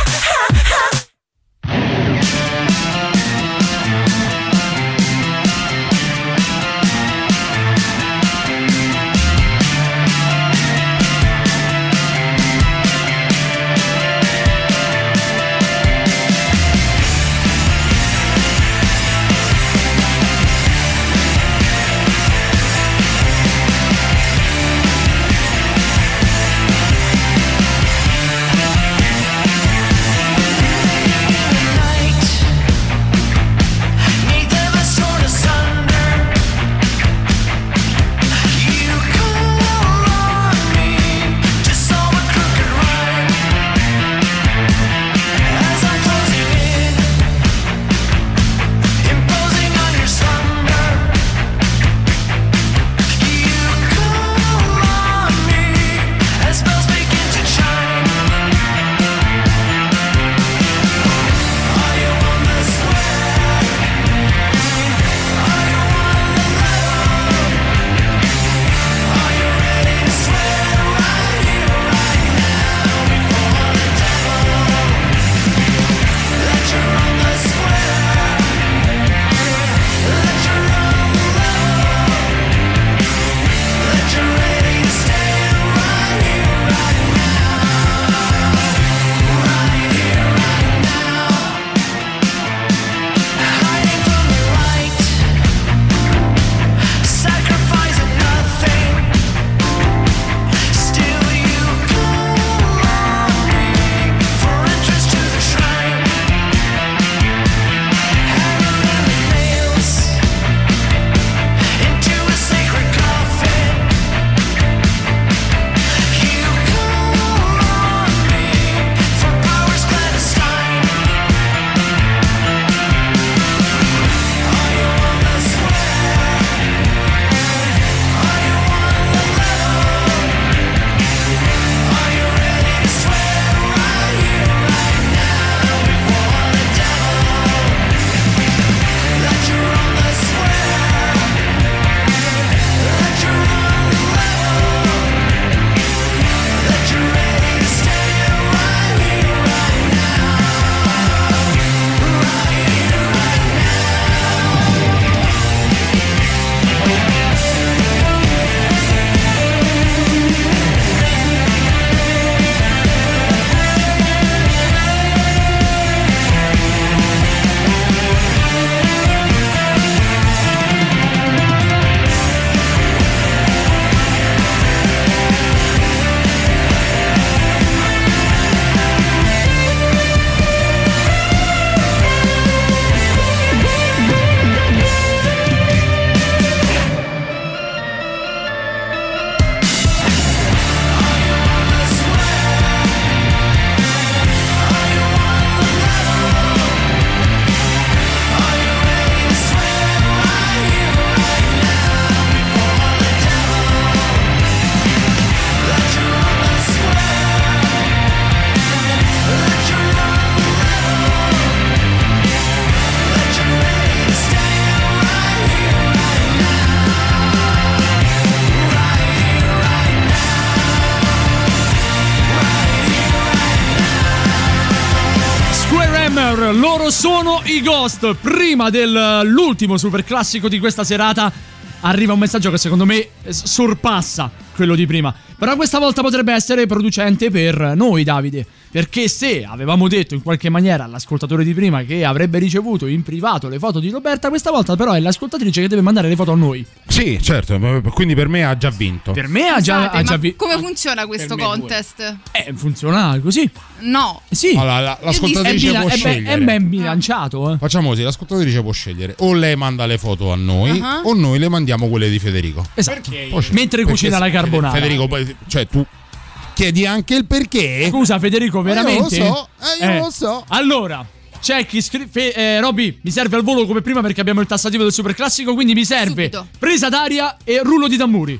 Loro sono i Ghost. Prima dell'ultimo super classico di questa serata arriva un messaggio che secondo me sorpassa quello di prima. Però questa volta potrebbe essere producente per noi, Davide. Perché se avevamo detto in qualche maniera all'ascoltatore di prima che avrebbe ricevuto in privato le foto di Roberta, questa volta però è l'ascoltatrice che deve mandare le foto a noi. Sì, certo, quindi per me ha già vinto. Per me ha già vinto. Come funziona questo contest? Funziona così. No. Sì. Allora, l'ascoltatrice può scegliere. È ben bilanciato. Facciamo così, l'ascoltatrice può scegliere. O lei manda le foto a noi, o noi le mandiamo quelle di Federico. Esatto. Mentre cucina la carbonara. Federico, cioè tu chiedi anche il perché. Scusa Federico, veramente? Io lo so. Allora, c'è chi scrive Robby, mi serve al volo come prima perché abbiamo il tassativo del super classico, quindi mi serve subito presa d'aria e rullo di tamburi.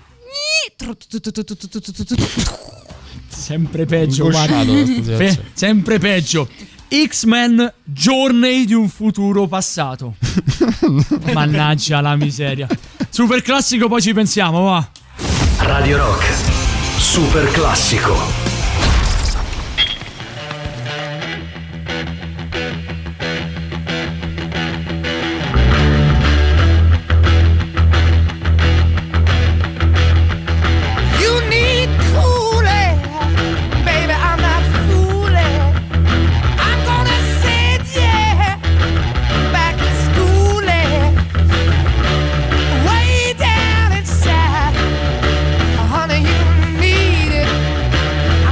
Sempre peggio, sempre peggio. X-Men Journey di un futuro passato. Mannaggia la miseria. Super classico, poi ci pensiamo, va. Radio Rock Super classico. Honey, you need it.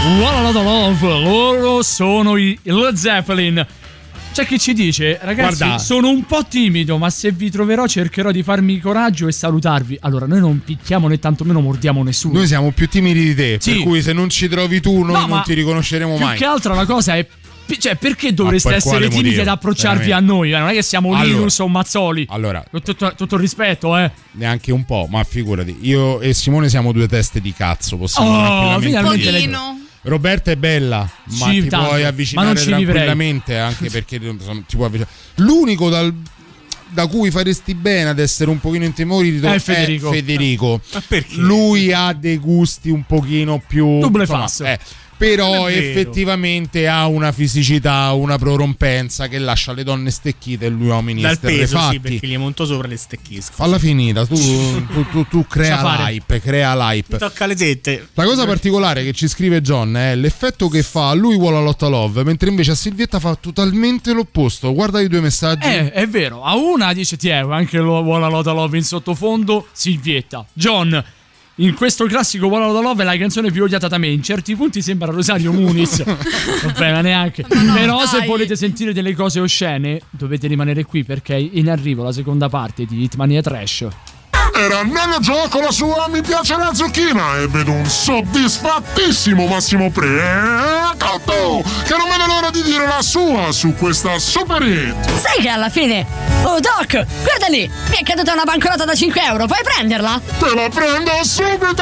What a Lot of Love, loro sono i Led Zeppelin. C'è chi ci dice, ragazzi, guarda, sono un po' timido, ma se vi troverò cercherò di farmi coraggio e salutarvi. Allora, noi non picchiamo né tantomeno mordiamo nessuno. Noi siamo più timidi di te, sì. Per cui se non ci trovi tu, noi non ti riconosceremo mai. Più che altro la cosa è, cioè, perché dovreste essere timidi ad approcciarvi a noi? Non è che siamo Linus o Mazzoli. Allora, tutto il rispetto, neanche un po', ma figurati, io e Simone siamo due teste di cazzo, possiamo finalmente. Roberta è bella, ma ti puoi avvicinare tranquillamente, anche perché ti puoi avvicinare. L'unico da cui faresti bene ad essere un pochino intimorito è Federico. Ma perché? Lui ha dei gusti un pochino più double fast. Però effettivamente ha una fisicità, una prorompenza che lascia le donne stecchite e gli uomini dal peso, sì, perché gli monto sopra le stecchisco. Falla finita, tu crea l'hype. Mi tocca le tette. La cosa particolare che ci scrive John è l'effetto che fa a lui Vuole la Lotta Love, mentre invece a Silvietta fa totalmente l'opposto. Guarda i due messaggi. È vero, a una dice anche Vuole la Lotta Love in sottofondo, Silvietta. John, in questo classico One of the Love è la canzone più odiata da me. In certi punti sembra Rosario Muniz. Vabbè, ma neanche. Però dai, se volete sentire delle cose oscene dovete rimanere qui, perché è in arrivo la seconda parte di Hitmania Trash. Era Nano Gio con la sua Mi piace la zucchina e vedo un soddisfattissimo Massimo Precotto che non vede l'ora di dire la sua su questa super hit. Sai che alla fine, oh Doc, guarda lì, mi è caduta una banconota da 5 euro, puoi prenderla? Te la prendo subito.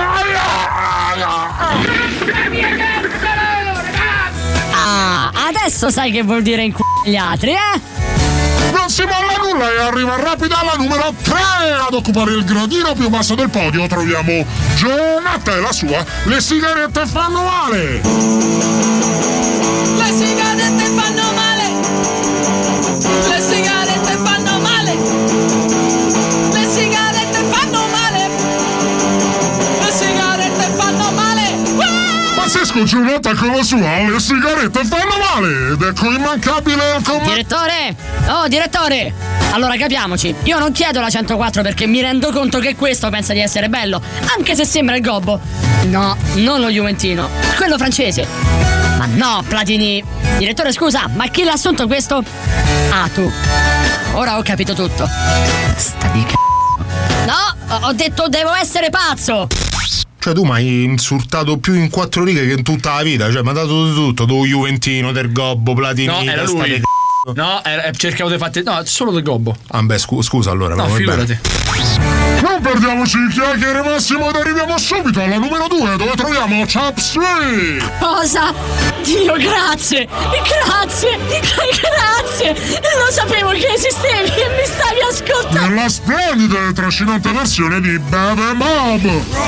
Ah, adesso sai che vuol dire in gli altri, Non si molla nulla e arriva rapida alla numero 3 ad occupare il gradino più basso del podio. Troviamo Jonathan e la sua Le sigarette fanno male. Le sigarette fanno male. Le sigarette fanno male. Le sigarette fanno male. Le sigarette fanno male. Pazzesco, Jonathan con la sua Le sigarette fanno male. Ed ecco immancabile Direttore, allora capiamoci, io non chiedo la 104 perché mi rendo conto che questo pensa di essere bello, anche se sembra il gobbo. No, non lo juventino, quello francese. Ma no, Platini. Direttore, scusa, ma chi l'ha assunto questo? Ah, tu. Ora ho capito tutto. Sta di No, ho detto devo essere pazzo. Cioè tu mi hai insultato più in 4 righe che in tutta la vita. Cioè mi ha dato di tutto, do juventino, del gobbo, Platini. No, era lui. No, cercavo di fare. No, solo del gobbo. Ah, beh, scusa allora. No, figurati. Non perdiamoci in chiacchiere, Massimo, ed arriviamo subito alla numero 2, dove troviamo Chop Suey. Cosa? Dio, grazie! Non sapevo che esistevi e mi stavi ascoltando. Nella splendida e trascinante versione di Bad Bob.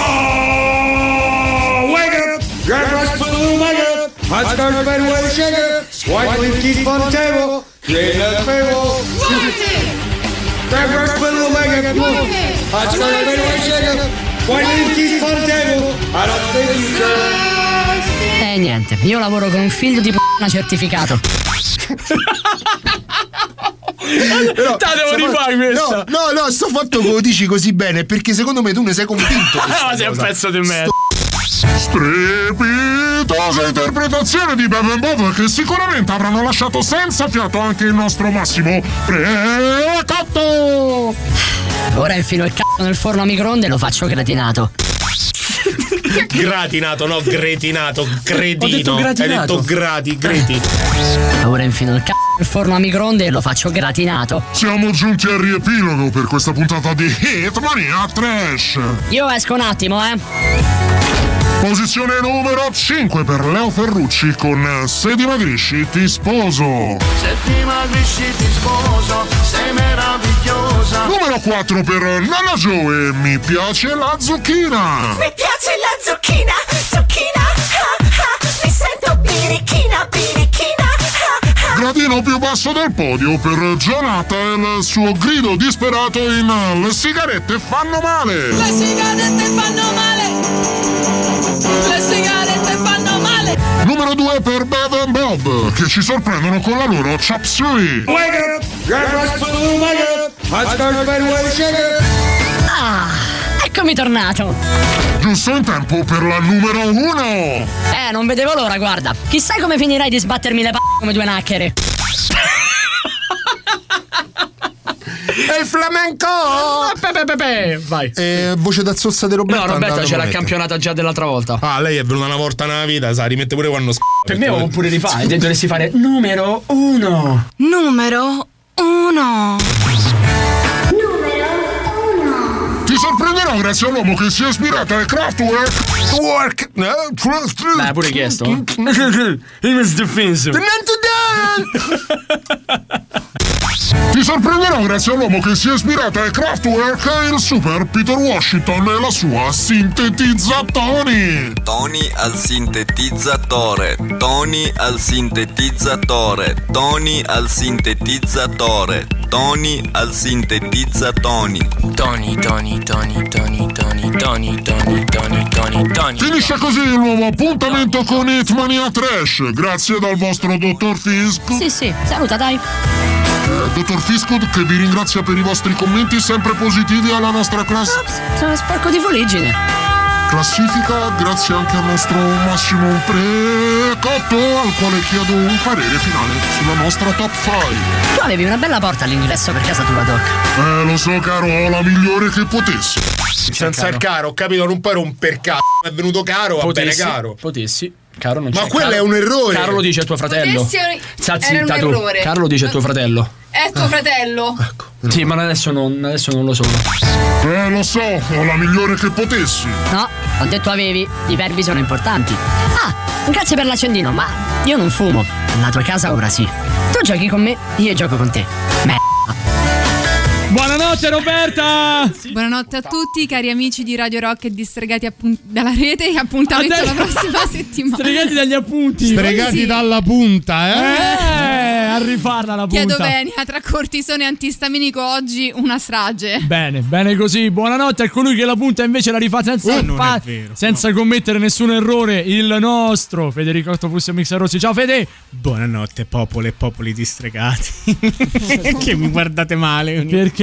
Wake up! Grab rice for the little wake up! Hot scotch bed with a shaker! White leaf keep on the table! Clean the table! Grab rice for the little wake up! Hot scotch bed with a shaker! White leaf keep on the table! I don't think you can! Niente, io lavoro con un figlio di p***a certificato. Però, devo rifare questa. No, sto fatto che lo dici così bene, perché secondo me tu ne sei convinto. No, sei un pezzo di merda. Strepitosa interpretazione di Bad Bob che sicuramente avranno lasciato senza fiato anche il nostro Massimo Precotto. Ora infilo il c***o nel forno a microonde e lo faccio gratinato. Gratinato, no, gretinato, cretino. Ho detto gratinato. Hai detto greti. Ora infilo il c***o nel forno a microonde e lo faccio gratinato. Siamo giunti al riepilogo per questa puntata di Hitmania Trash. Io esco un attimo, Posizione numero 5 per Leo Ferrucci con Se dimagrisci ti sposo. Se dimagrisci ti sposo, sei meravigliosa. Numero 4 per Nana Joe, Mi piace la zucchina. Mi piace la zucchina, mi sento birichina. Gradino più basso del podio per Jonathan e il suo grido disperato in Le sigarette fanno male. Le sigarette fanno male. Le sigarette fanno male. Numero 2 per Bad Bob, che ci sorprendono con la loro Chop Suey. Wake up! Grab rice for the little wake up! Hot scotch bed with a shaker! Ah, eccomi tornato. Giusto in tempo per la numero 1. non vedevo l'ora, guarda. Chissà come finirai di sbattermi le come due nacchere. E il flamenco! Vai. Voce da zozza di Roberta. No, Roberta ce l'ha campionata già dell'altra volta. Ah, lei è venuta una volta nella vita, sa, rimette pure quando per me o pure rifare, dovresti fare numero 1. Numero 1. Ti sorprenderò grazie all'uomo che si è ispirato ai Kraftwerk. Beh, pure chiesto. He was defensive. Ti sorprenderò grazie all'uomo che si è ispirato ai Kraftwerk e il super Peter Washington e la sua sintetizzatore. Tony al sintetizzatore. Tony al sintetizzatore. Tony al sintetizzatore. Tony al sintetizzatoni. Tony. Finisce così il nuovo appuntamento con Hitmania Trash. Grazie dal vostro dottor Fisk. Sì, saluta dai. Dottor Fisk che vi ringrazia per i vostri commenti sempre positivi alla nostra classe. Ops, sono sporco di fuliggine. Classifica grazie anche al nostro Massimo Precotto, al quale chiedo un parere finale sulla nostra top 5. Tu avevi una bella porta all'ingresso per casa tua, Doc. Lo so, caro, ho la migliore che potessi. Senza il caro, ho capito, non puoi romper cazzo. È venuto caro, va bene caro. Potessi. Caro non ma c'è. quello è un errore. Caro lo dice a tuo fratello. Sta zitta tu. Caro lo dice a tuo fratello. È tuo fratello? Ecco. Sì, ma adesso non lo sono. Lo so, ho la migliore che potessi. No, ho detto avevi. I verbi sono importanti. Ah, grazie per l'accendino, ma io non fumo. La tua casa ora sì. Tu giochi con me, io gioco con te. Buonanotte Roberta! Sì. Buonanotte a tutti cari amici di Radio Rock e di Stregati dalla rete. Appuntamento la prossima settimana. Stregati dagli appunti. Stregati dalla punta, a rifarla la punta. Chiedo venia tra cortisone e antistaminico oggi una strage. Bene così. Buonanotte a colui che la punta invece la rifà senza commettere nessun errore. Il nostro Federico Ottopussi e Mixer Rossi. Ciao Fede. Buonanotte popolo e popoli di Stregati. Che mi guardate male. Perché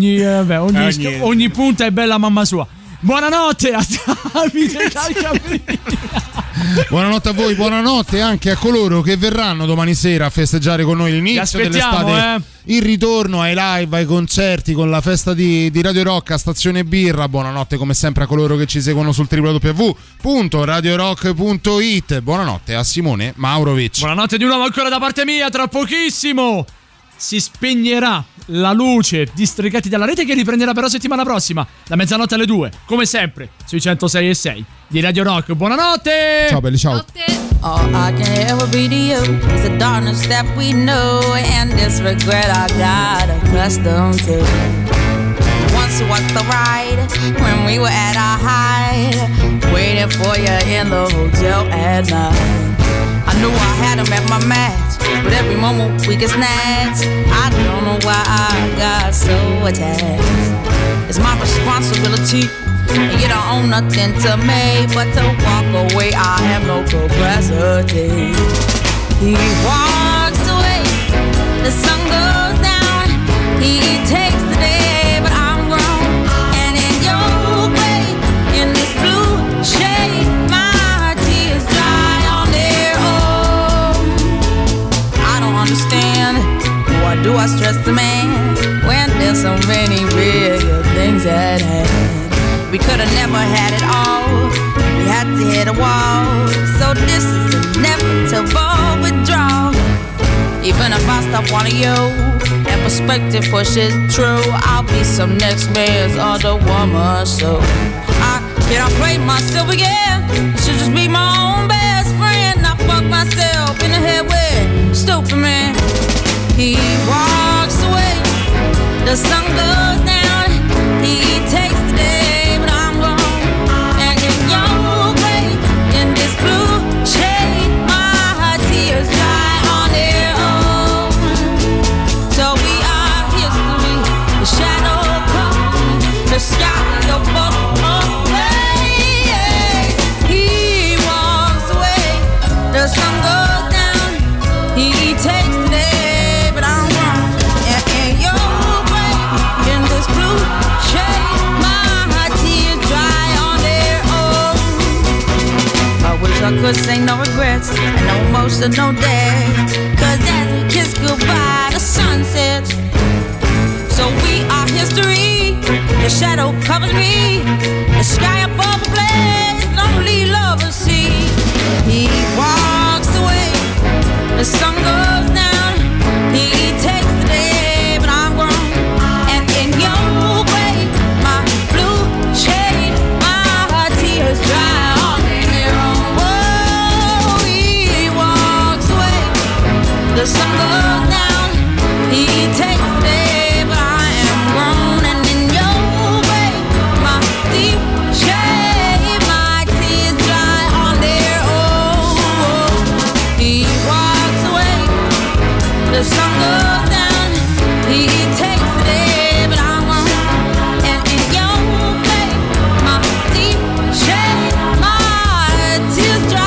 ogni punta è bella mamma sua. Buonanotte a Davide Calcabrini. Buonanotte a voi, buonanotte anche a coloro che verranno domani sera a festeggiare con noi l'inizio dell'estate, il ritorno ai live, ai concerti con la festa di Radio Rock a Stazione Birra. Buonanotte come sempre a coloro che ci seguono sul www.radiorock.it. Buonanotte a Simone Maurovic. Buonanotte di nuovo ancora da parte mia. Tra pochissimo si spegnerà la luce di Stregati dalla rete, che riprenderà però settimana prossima da mezzanotte alle 2 come sempre sui 106.6 di Radio Rock. Buonanotte. Ciao belli, ciao. All I can ever be to you is the darkness that we know and this regret I got accustomed to. Once was the ride when we were at our height, waiting for you in the hotel at night. I knew I had him at my match, but every moment we get snatched. I don't know why I got so attached. It's my responsibility, and you don't own nothing to me but to walk away. I have no capacity. He walks away, the sun goes down. He takes the day, but I'm wrong. And in your way, in this blue shade, my tears dry on their own. I don't understand, why do I stress the man when there's so many real things at hand? We could have never had it all, we had to hit a wall. So this is inevitable withdrawal. Even if I stop wanting you and perspective pushes true, I'll be some next man's other woman. So I cannot play myself again, I should just be my own best friend. I fuck myself in the head with stupid man. He walks away, the sun goes down. He takes the day, but I'm wrong. And in your way, in this blue shade, my tears dry on their own. So we are history, the shadow comes, the sky, your boat away. He walks away. no regrets, and no emotional day. Cause as we kiss goodbye, the sun sets. So we are history. The shadow covers me. The sky above the blaze, lonely lovers see. He walks away, the sun goes down. He takes the day, but I'm grown. And in your way, my blue shade, my tears dry on their own. Whoa, he walks away, the sun goes down. He takes the day, but I am grown. And in your way, my deep shade, my tears dry on their own. He walks away, the sun goes down. He takes the day, but I won't. And in your way, my deep shade, my tears dry.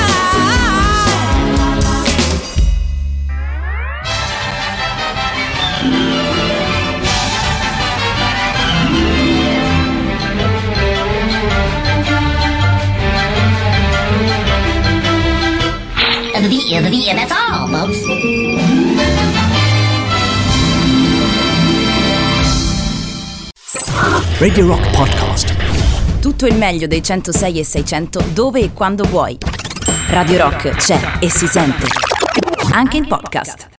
The that's all, folks. Radio Rock Podcast. Tutto il meglio dei 106 e 600 dove e quando vuoi. Radio Rock c'è e si sente. Anche in podcast.